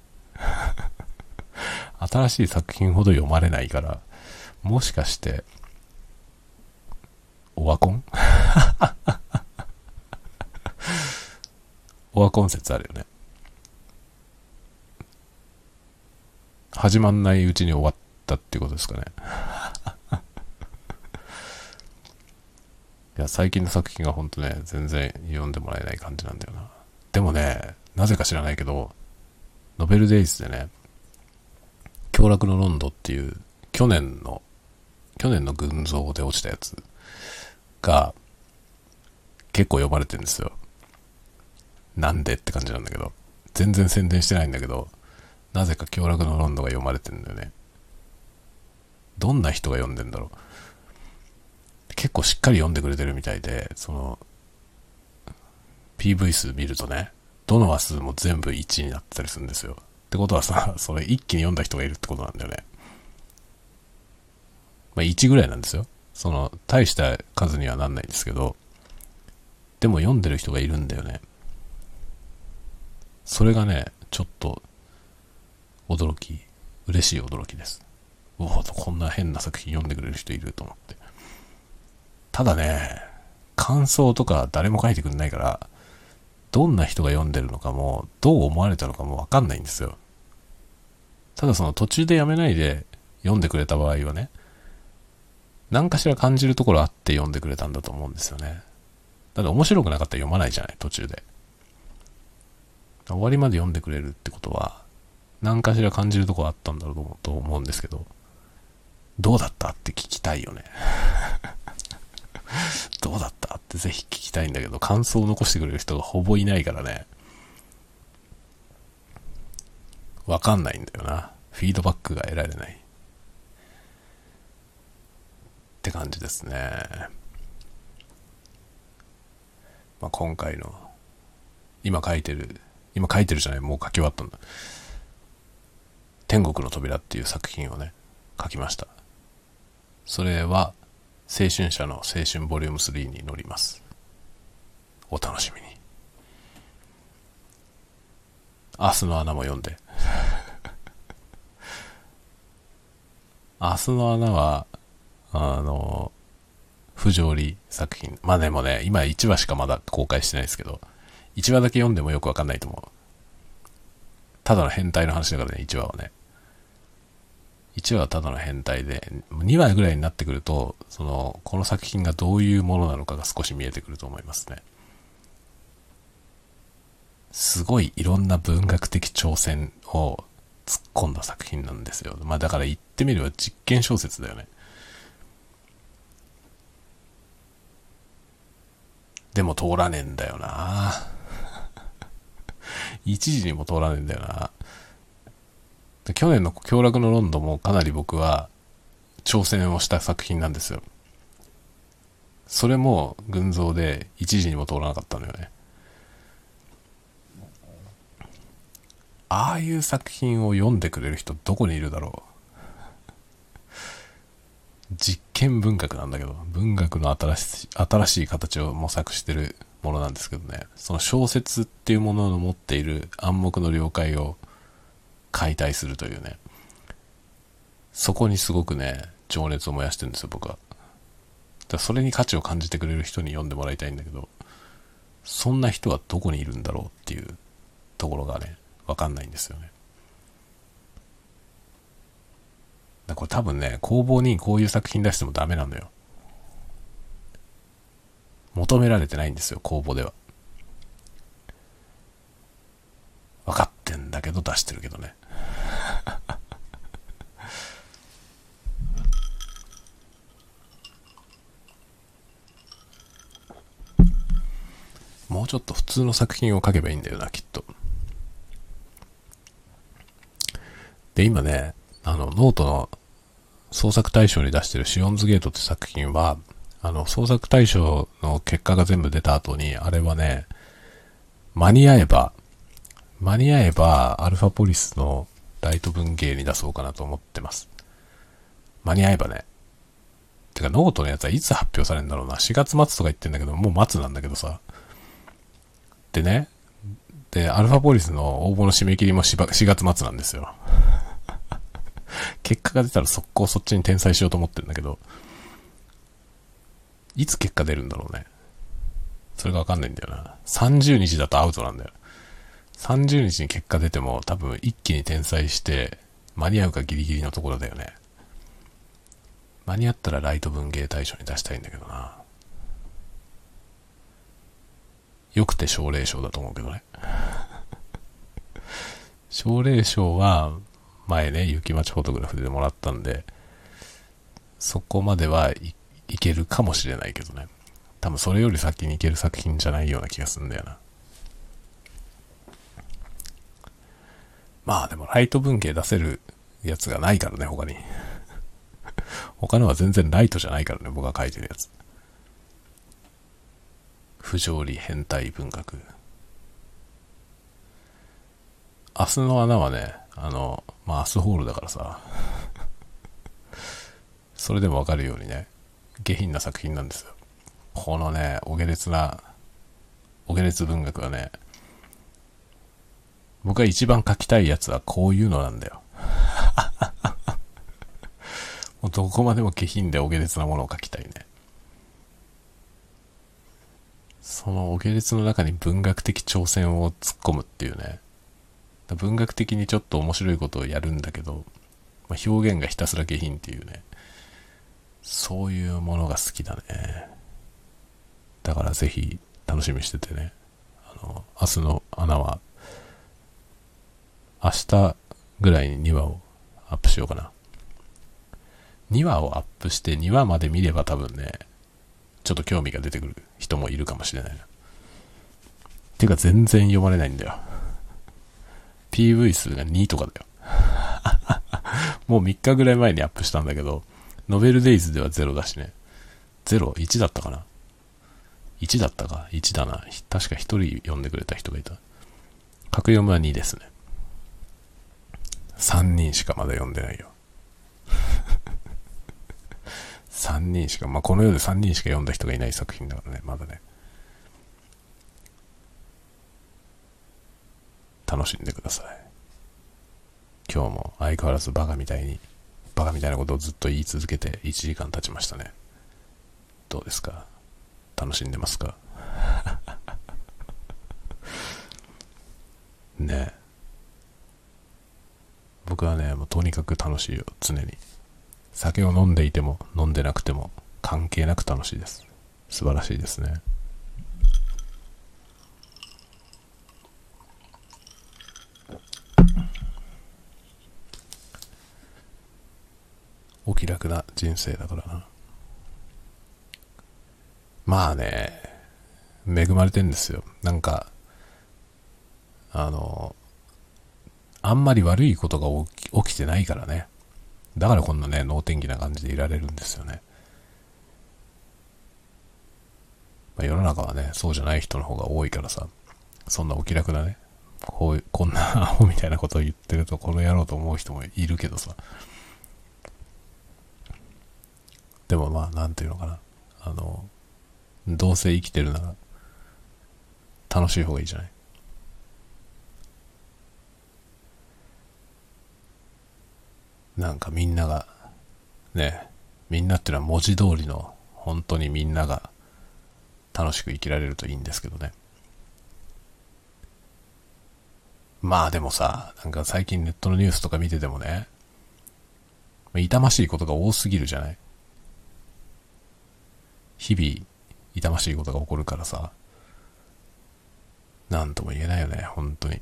新しい作品ほど読まれないから、もしかして、オワコンオワコン説あるよね。始まんないうちに終わったっていうことですかね。いや、最近の作品がほんとね、全然読んでもらえない感じなんだよな。でもね、なぜか知らないけど、ノベルデイズでね、凶楽のロンドっていう、去年の群像で落ちたやつが、結構読まれてるんですよ。なんでって感じなんだけど。全然宣伝してないんだけど、なぜか凶楽のロンドが読まれてるんだよね。どんな人が読んでんだろう。結構しっかり読んでくれてるみたいで、その PV 数見るとね、どの話数も全部1になってたりするんですよ。ってことはさ、それ一気に読んだ人がいるってことなんだよね。まあ1ぐらいなんですよ。その大した数にはなんないんですけど、でも読んでる人がいるんだよね。それがね、ちょっと嬉しい驚きです。 うわ、こんな変な作品読んでくれる人いると思って。ただね、感想とか誰も書いてくれないから、どんな人が読んでるのかも、どう思われたのかもわかんないんですよ。ただその途中でやめないで読んでくれた場合はね、何かしら感じるところあって読んでくれたんだと思うんですよね。だって面白くなかったら読まないじゃない、途中で。終わりまで読んでくれるってことは、何かしら感じるところあったんだろうと思うんですけど、どうだったって聞きたいよね。どうだったってぜひ聞きたいんだけど、感想を残してくれる人がほぼいないからね。わかんないんだよな。フィードバックが得られない。って感じですね。まあ、今回の、今書いてるじゃない、もう書き終わったんだ。天国の扉っていう作品をね、書きました。それは、青春社の青春ボリューム3に載ります。お楽しみに。明日の穴も読んで。明日の穴は、不条理作品。まあでもね、今1話しかまだ公開してないですけど、1話だけ読んでもよくわかんないと思う。ただの変態の話だからね、1話はね。1話はただの変態で、2話ぐらいになってくると、この作品がどういうものなのかが少し見えてくると思いますね。すごいいろんな文学的挑戦を突っ込んだ作品なんですよ。まあだから言ってみれば実験小説だよね。でも通らねえんだよな。一時にも通らねえんだよな。去年の凶楽のロンドもかなり僕は挑戦をした作品なんですよ。それも群像で一時にも通らなかったのよね。ああいう作品を読んでくれる人どこにいるだろう。実験文学なんだけど、文学の新しい形を模索してるものなんですけどね、その小説っていうものの持っている暗黙の了解を解体するというね、そこにすごくね、情熱を燃やしてるんですよ、僕は。それに価値を感じてくれる人に読んでもらいたいんだけど、そんな人はどこにいるんだろうっていうところがね、わかんないんですよね。これ多分ね、工房にこういう作品出してもダメなのよ。求められてないんですよ、工房では。分かってんだけど出してるけどね。もうちょっと普通の作品を書けばいいんだよな、きっと。で、今ね、ノートの創作大賞に出してるシオンズゲートって作品は、創作大賞の結果が全部出た後に、あれはね、間に合えば、アルファポリスのライト文芸に出そうかなと思ってます。間に合えばね。てか、ノートのやつはいつ発表されるんだろうな。4月末とか言ってんだけど、もう末なんだけどさ。でね、アルファポリスの応募の締め切りも4月末なんですよ。結果が出たら速攻そっちに転載しようと思ってるんだけど、いつ結果出るんだろうね。それがわかんないんだよな。30日だとアウトなんだよ。30日に結果出ても多分一気に転載して間に合うかギリギリのところだよね。間に合ったらライト文芸大賞に出したいんだけどな。よくて奨励賞だと思うけどね。奨励賞は前ね、雪町フォトグラフでもらったんで、そこまではいけるかもしれないけどね。多分それより先にいける作品じゃないような気がするんだよな。まあでもライト文芸出せるやつがないからね、他に。他のは全然ライトじゃないからね、僕が書いてるやつ。不条理変態文学。明日の穴はね、まあ明日ホールだからさ、それでもわかるようにね、下品な作品なんですよ。このね、お下劣文学はね、僕が一番書きたいやつはこういうのなんだよ。 もうどこまでも下品でお下劣なものを書きたいね。そのお下劣の中に文学的挑戦を突っ込むっていうね。文学的にちょっと面白いことをやるんだけど、表現がひたすら下品っていうね。そういうものが好きだね。だからぜひ楽しみにしててね。明日の穴は、明日ぐらいに2話をアップしようかな。2話をアップして2話まで見れば多分ね、ちょっと興味が出てくる人もいるかもしれないな。ていうか全然読まれないんだよ。PV 数が2とかだよ。もう3日ぐらい前にアップしたんだけど、ノベルデイズでは0だしね。0、1だったかな。1だったか。1だな。確か1人読んでくれた人がいた。格読むは2ですね。3人しかまだ読んでないよ。3人しか、この世で3人しか読んだ人がいない作品だからね、まだね。楽しんでください。今日も相変わらずバカみたいなことをずっと言い続けて1時間経ちましたね。どうですか？楽しんでますか？ねえ。僕はね、もうとにかく楽しいよ、常に。酒を飲んでいても飲んでなくても関係なく楽しいです。素晴らしいですね。お気楽な人生だからな。まあね、恵まれてんですよ。なんか、あんまり悪いことが起きてないからね。だからこんなね、能天気な感じでいられるんですよね。世の中はね、そうじゃない人の方が多いからさ、そんなお気楽なね、こんなアホみたいなことを言ってると、この野郎と思う人もいるけどさ。でもなんていうのかな。どうせ生きてるなら、楽しい方がいいじゃない。なんかみんなが、ね、みんなっていうのは文字通りの、本当にみんなが楽しく生きられるといいんですけどね。でもさ、なんか最近ネットのニュースとか見ててもね、痛ましいことが多すぎるじゃない。日々、痛ましいことが起こるからさ、なんとも言えないよね、本当に。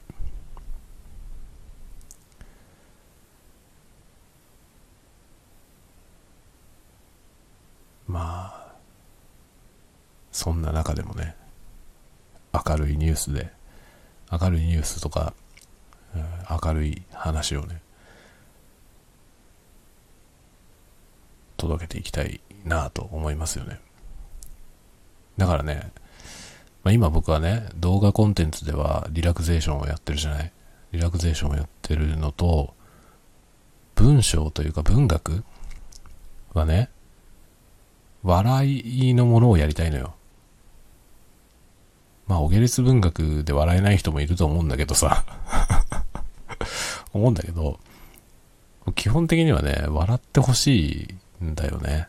そんな中でもね、明るいニュースとか、明るい話をね、届けていきたいなと思いますよね。だからね、今僕はね、動画コンテンツではリラクゼーションをやってるじゃない。リラクゼーションをやってるのと、文章というか文学はね、笑いのものをやりたいのよ。お下劣文学で笑えない人もいると思うんだけどさ。思うんだけど、基本的にはね、笑ってほしいんだよね。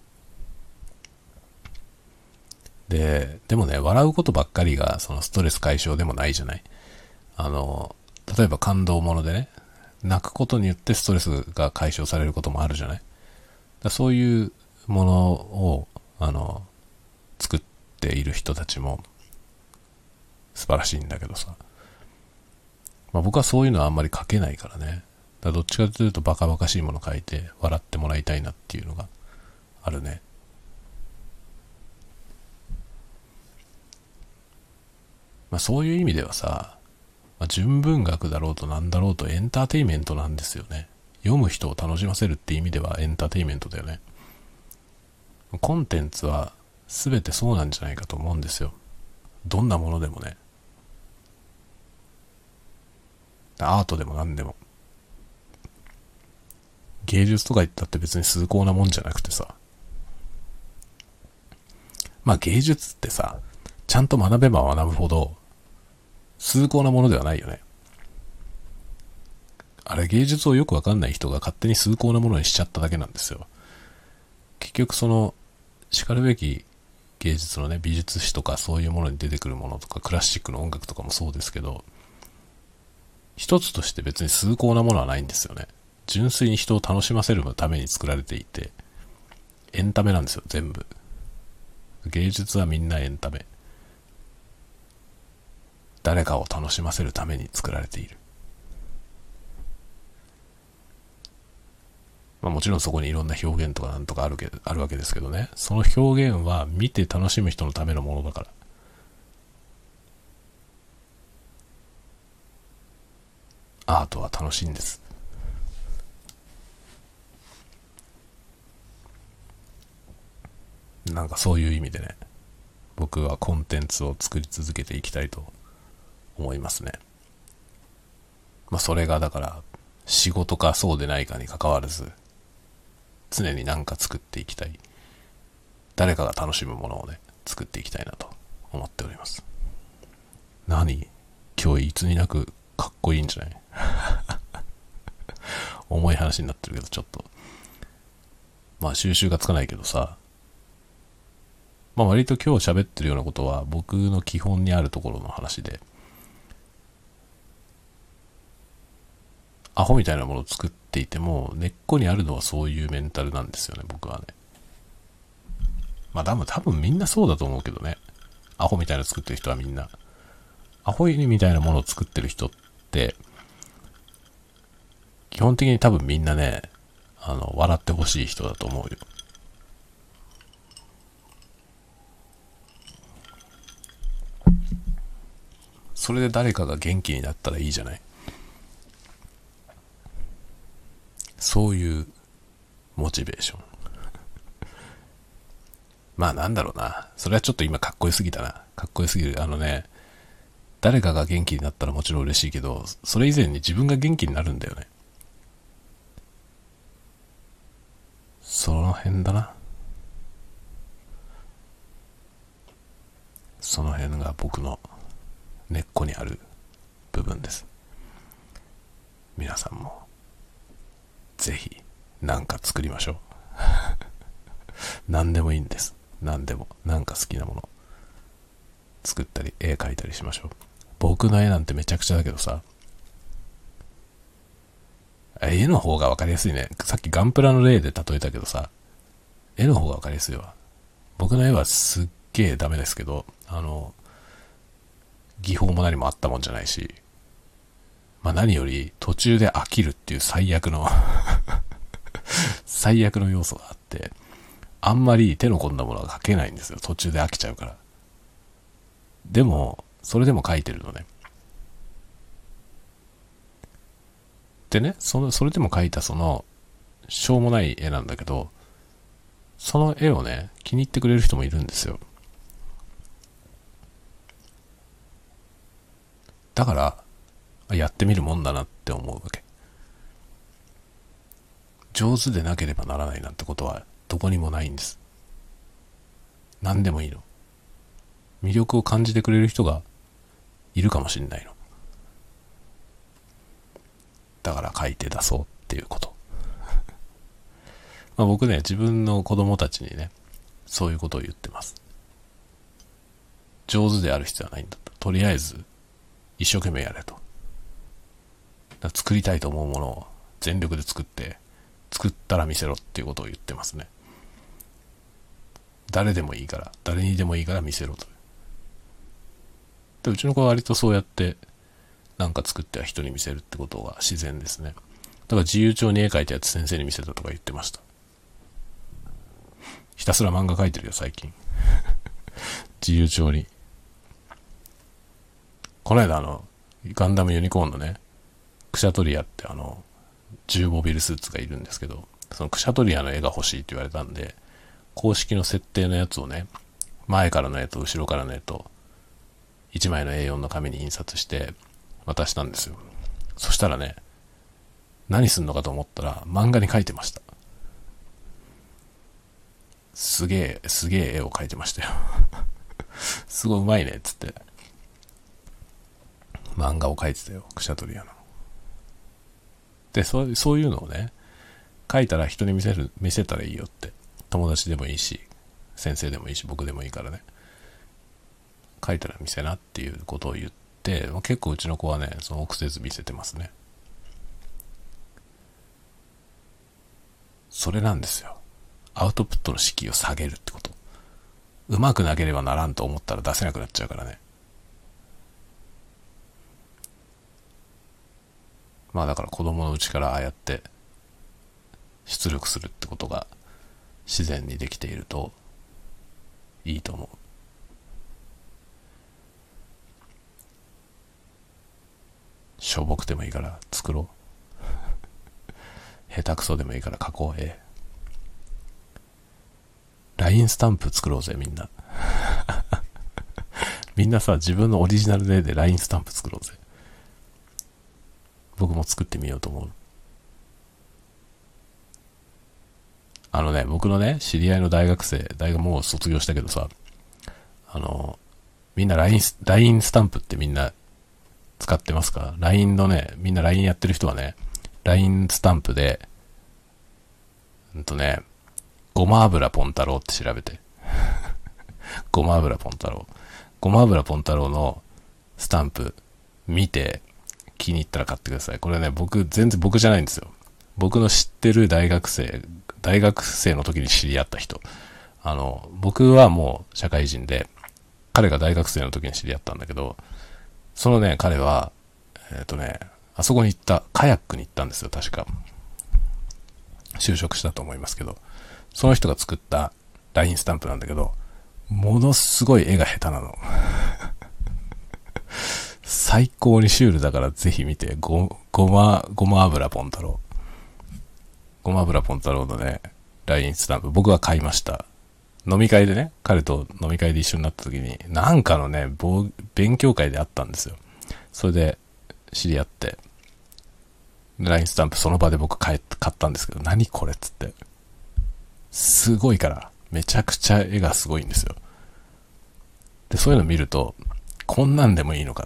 でもね、笑うことばっかりがそのストレス解消でもないじゃない。例えば感動ものでね、泣くことによってストレスが解消されることもあるじゃない。そういうものを、作っている人たちも素晴らしいんだけどさ。僕はそういうのはあんまり書けないからね。どっちかというとバカバカしいもの書いて笑ってもらいたいなっていうのがあるね。そういう意味ではさ、純文学だろうとなんだろうとエンターテイメントなんですよね。読む人を楽しませるって意味ではエンターテイメントだよね。コンテンツは全てそうなんじゃないかと思うんですよ。どんなものでもね。アートでも何でも。芸術とか言ったって別に崇高なもんじゃなくてさ。芸術ってさ、ちゃんと学べば学ぶほど崇高なものではないよね。あれ芸術をよくわかんない人が勝手に崇高なものにしちゃっただけなんですよ。 結局その、叱るべき芸術のね、美術史とかそういうものに出てくるものとか、クラシックの音楽とかもそうですけど、一つとして別に崇高なものはないんですよね。純粋に人を楽しませるために作られていて、エンタメなんですよ、全部。芸術はみんなエンタメ。誰かを楽しませるために作られている。まあもちろんそこにいろんな表現とかなんとかあるわけですけどね。その表現は見て楽しむ人のためのものだから。アートは楽しいんです。なんかそういう意味でね、僕はコンテンツを作り続けていきたいと思いますね。まあそれがだから仕事かそうでないかに関わらず、常に何か作っていきたい。誰かが楽しむものをね、作っていきたいなと思っております。何？今日いつになくかっこいいんじゃない？重い話になってるけど、ちょっと。まあ収集がつかないけどさ、まあ割と今日喋ってるようなことは僕の基本にあるところの話で、アホみたいなものを作っていても根っこにあるのはそういうメンタルなんですよね、僕はね。まあ多分みんなそうだと思うけどね。アホみたいなの作ってる人はみんな。アホみたいなものを作ってる人って、基本的に多分みんなね、笑ってほしい人だと思うよ。それで誰かが元気になったらいいじゃない。そういうモチベーション。まあなんだろうな。それはちょっと今かっこよすぎたな。かっこよすぎる。誰かが元気になったらもちろん嬉しいけど、それ以前に自分が元気になるんだよね。その辺だな。その辺が僕の根っこにある部分です。皆さんもぜひ何か作りましょう。何でもいいんです。何でも。なんか好きなもの作ったり絵描いたりしましょう。僕の絵なんてめちゃくちゃだけどさ、絵の方が分かりやすいね。さっきガンプラの例で例えたけどさ、絵の方が分かりやすいわ。僕の絵はすっげえダメですけど、技法も何もあったもんじゃないし、まあ何より途中で飽きるっていう最悪の最悪の要素があって、あんまり手の込んだものは描けないんですよ。途中で飽きちゃうから。でも、それでも描いてるのね。でね、それでも描いたしょうもない絵なんだけど、その絵をね、気に入ってくれる人もいるんですよ。だから、やってみるもんだなって思うわけ。上手でなければならないなんてことはどこにもないんです。何でもいいの。魅力を感じてくれる人がいるかもしれないの。だから書いて出そうっていうこと。まあ僕ね、自分の子供たちにね、そういうことを言ってます。上手である必要はないんだと。とりあえず、一生懸命やれと。作りたいと思うものを全力で作って、作ったら見せろっていうことを言ってますね。誰でもいいから、誰にでもいいから見せろと。で、うちの子は割とそうやって、なんか作っては人に見せるってことが自然ですね。だから自由帳に絵描いたやつ先生に見せたとか言ってました。ひたすら漫画描いてるよ、最近。自由帳に。この間ガンダムユニコーンのね、クシャトリアって銃モビルスーツがいるんですけど、そのクシャトリアの絵が欲しいって言われたんで、公式の設定のやつをね、前からの絵と後ろからの絵と、1枚の A4 の紙に印刷して渡したんですよ。そしたらね、何すんのかと思ったら漫画に描いてました。すげえ絵を描いてましたよ。すごいうまいねっつって。漫画を描いてたよ、クシャトリアの。で、そういうのをね、描いたら人に見せたらいいよって友達でもいいし、先生でもいいし、僕でもいいからね、書いたら見せなっていうことを言って、結構うちの子はね、その臆せず見せてますね。それなんですよ。アウトプットの敷居を下げるってこと。うまくなければならんと思ったら出せなくなっちゃうからね。まあだから子供のうちからああやって出力するってことが自然にできているといいと思う。しょぼくてもいいから作ろう。下手くそでもいいから書こう。LINE スタンプ作ろうぜみんな。みんなさ、自分のオリジナルの絵で LINE スタンプ作ろうぜ。僕も作ってみようと思う。僕のね、知り合いの大学もう卒業したけどさ、みんな LINE スタンプってみんな使ってますか？ LINE のね、みんな LINE やってる人はね、LINE スタンプで、ごま油ポン太郎って調べて。ごま油ポン太郎。ごま油ポン太郎のスタンプ見て気に入ったら買ってください。これね、全然僕じゃないんですよ。僕の知ってる大学生の時に知り合った人。僕はもう社会人で、彼が大学生の時に知り合ったんだけど、そのね、彼は、あそこに行った、カヤックに行ったんですよ、確か。就職したと思いますけど、その人が作った LINE スタンプなんだけど、ものすごい絵が下手なの。最高にシュールだからぜひ見て。ごま油ポン太郎。ごま油ポン太郎のね、LINE スタンプ、僕は買いました。飲み会でね、彼と飲み会で一緒になった時に、なんかのね、勉強会であったんですよ。それで知り合って、LINE スタンプその場で僕買ったんですけど、何これっつって。すごいから、めちゃくちゃ絵がすごいんですよ。で、そういうの見ると、こんなんでもいいのかって。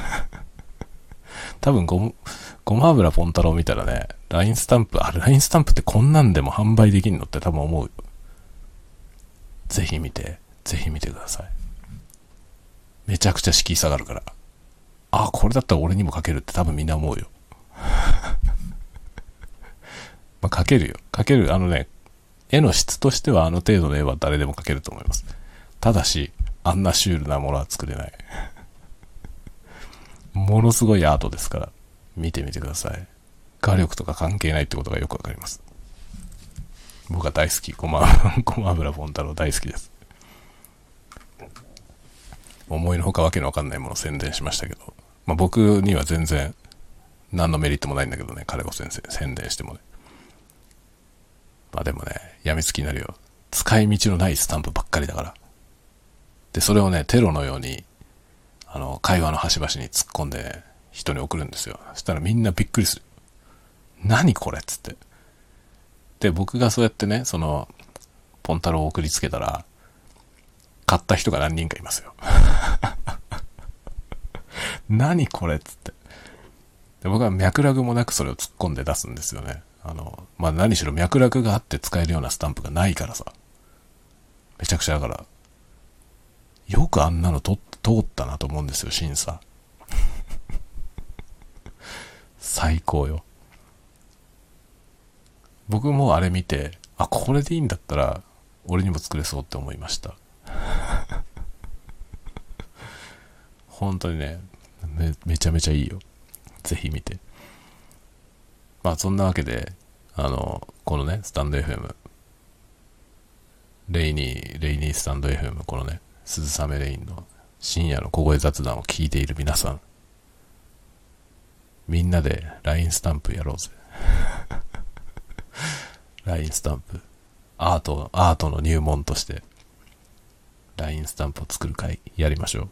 多分ごま油ポン太郎見たらね、LINE スタンプってこんなんでも販売できんのって多分思うよ。ぜひ見てください。めちゃくちゃ敷居下がるから。あ、これだったら俺にも描けるって多分みんな思うよ。まあ、描けるよ。絵の質としてはあの程度の絵は誰でも描けると思います。ただし、あんなシュールなものは作れない。ものすごいアートですから、見てみてください。画力とか関係ないってことがよくわかります。僕は大好き。ごま油ポン太郎大好きです。思いのほかわけのわかんないものを宣伝しましたけど、まあ、僕には全然何のメリットもないんだけどね、彼を宣伝してもね。まあでもね、やみつきになるよ。使い道のないスタンプばっかりだから。で、それをね、テロのように、会話の端々に突っ込んで、ね、人に送るんですよ。そしたらみんなびっくりする。何これっつって。で、僕がそうやってね、ポンタロを送りつけたら、買った人が何人かいますよ。何これっつって。で、僕は脈絡もなくそれを突っ込んで出すんですよね。まあ、何しろ脈絡があって使えるようなスタンプがないからさ。めちゃくちゃだから、よくあんなの通ったなと思うんですよ、審査。最高よ。僕もあれ見て、あ、これでいいんだったら、俺にも作れそうって思いました。本当にね、めちゃめちゃいいよ。ぜひ見て。まあそんなわけで、このね、スタンド FM、レイニースタンド FM、このね、鈴雨レインの深夜の小声雑談を聞いている皆さん、みんなで LINE スタンプやろうぜ。LINE スタンプ。アートの入門として、LINE スタンプを作る会やりましょう。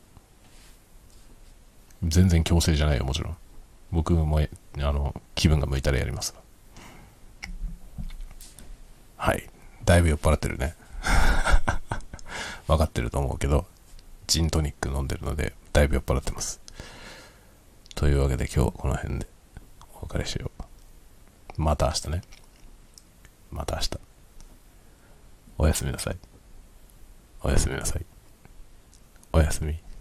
全然強制じゃないよ、もちろん。僕も、気分が向いたらやります。はい。だいぶ酔っ払ってるね。分かってると思うけど、ジントニック飲んでるので、だいぶ酔っ払ってます。というわけで今日この辺でお別れしよう。また明日ね。また明日。 おやすみなさい。おやすみなさい。おやすみ。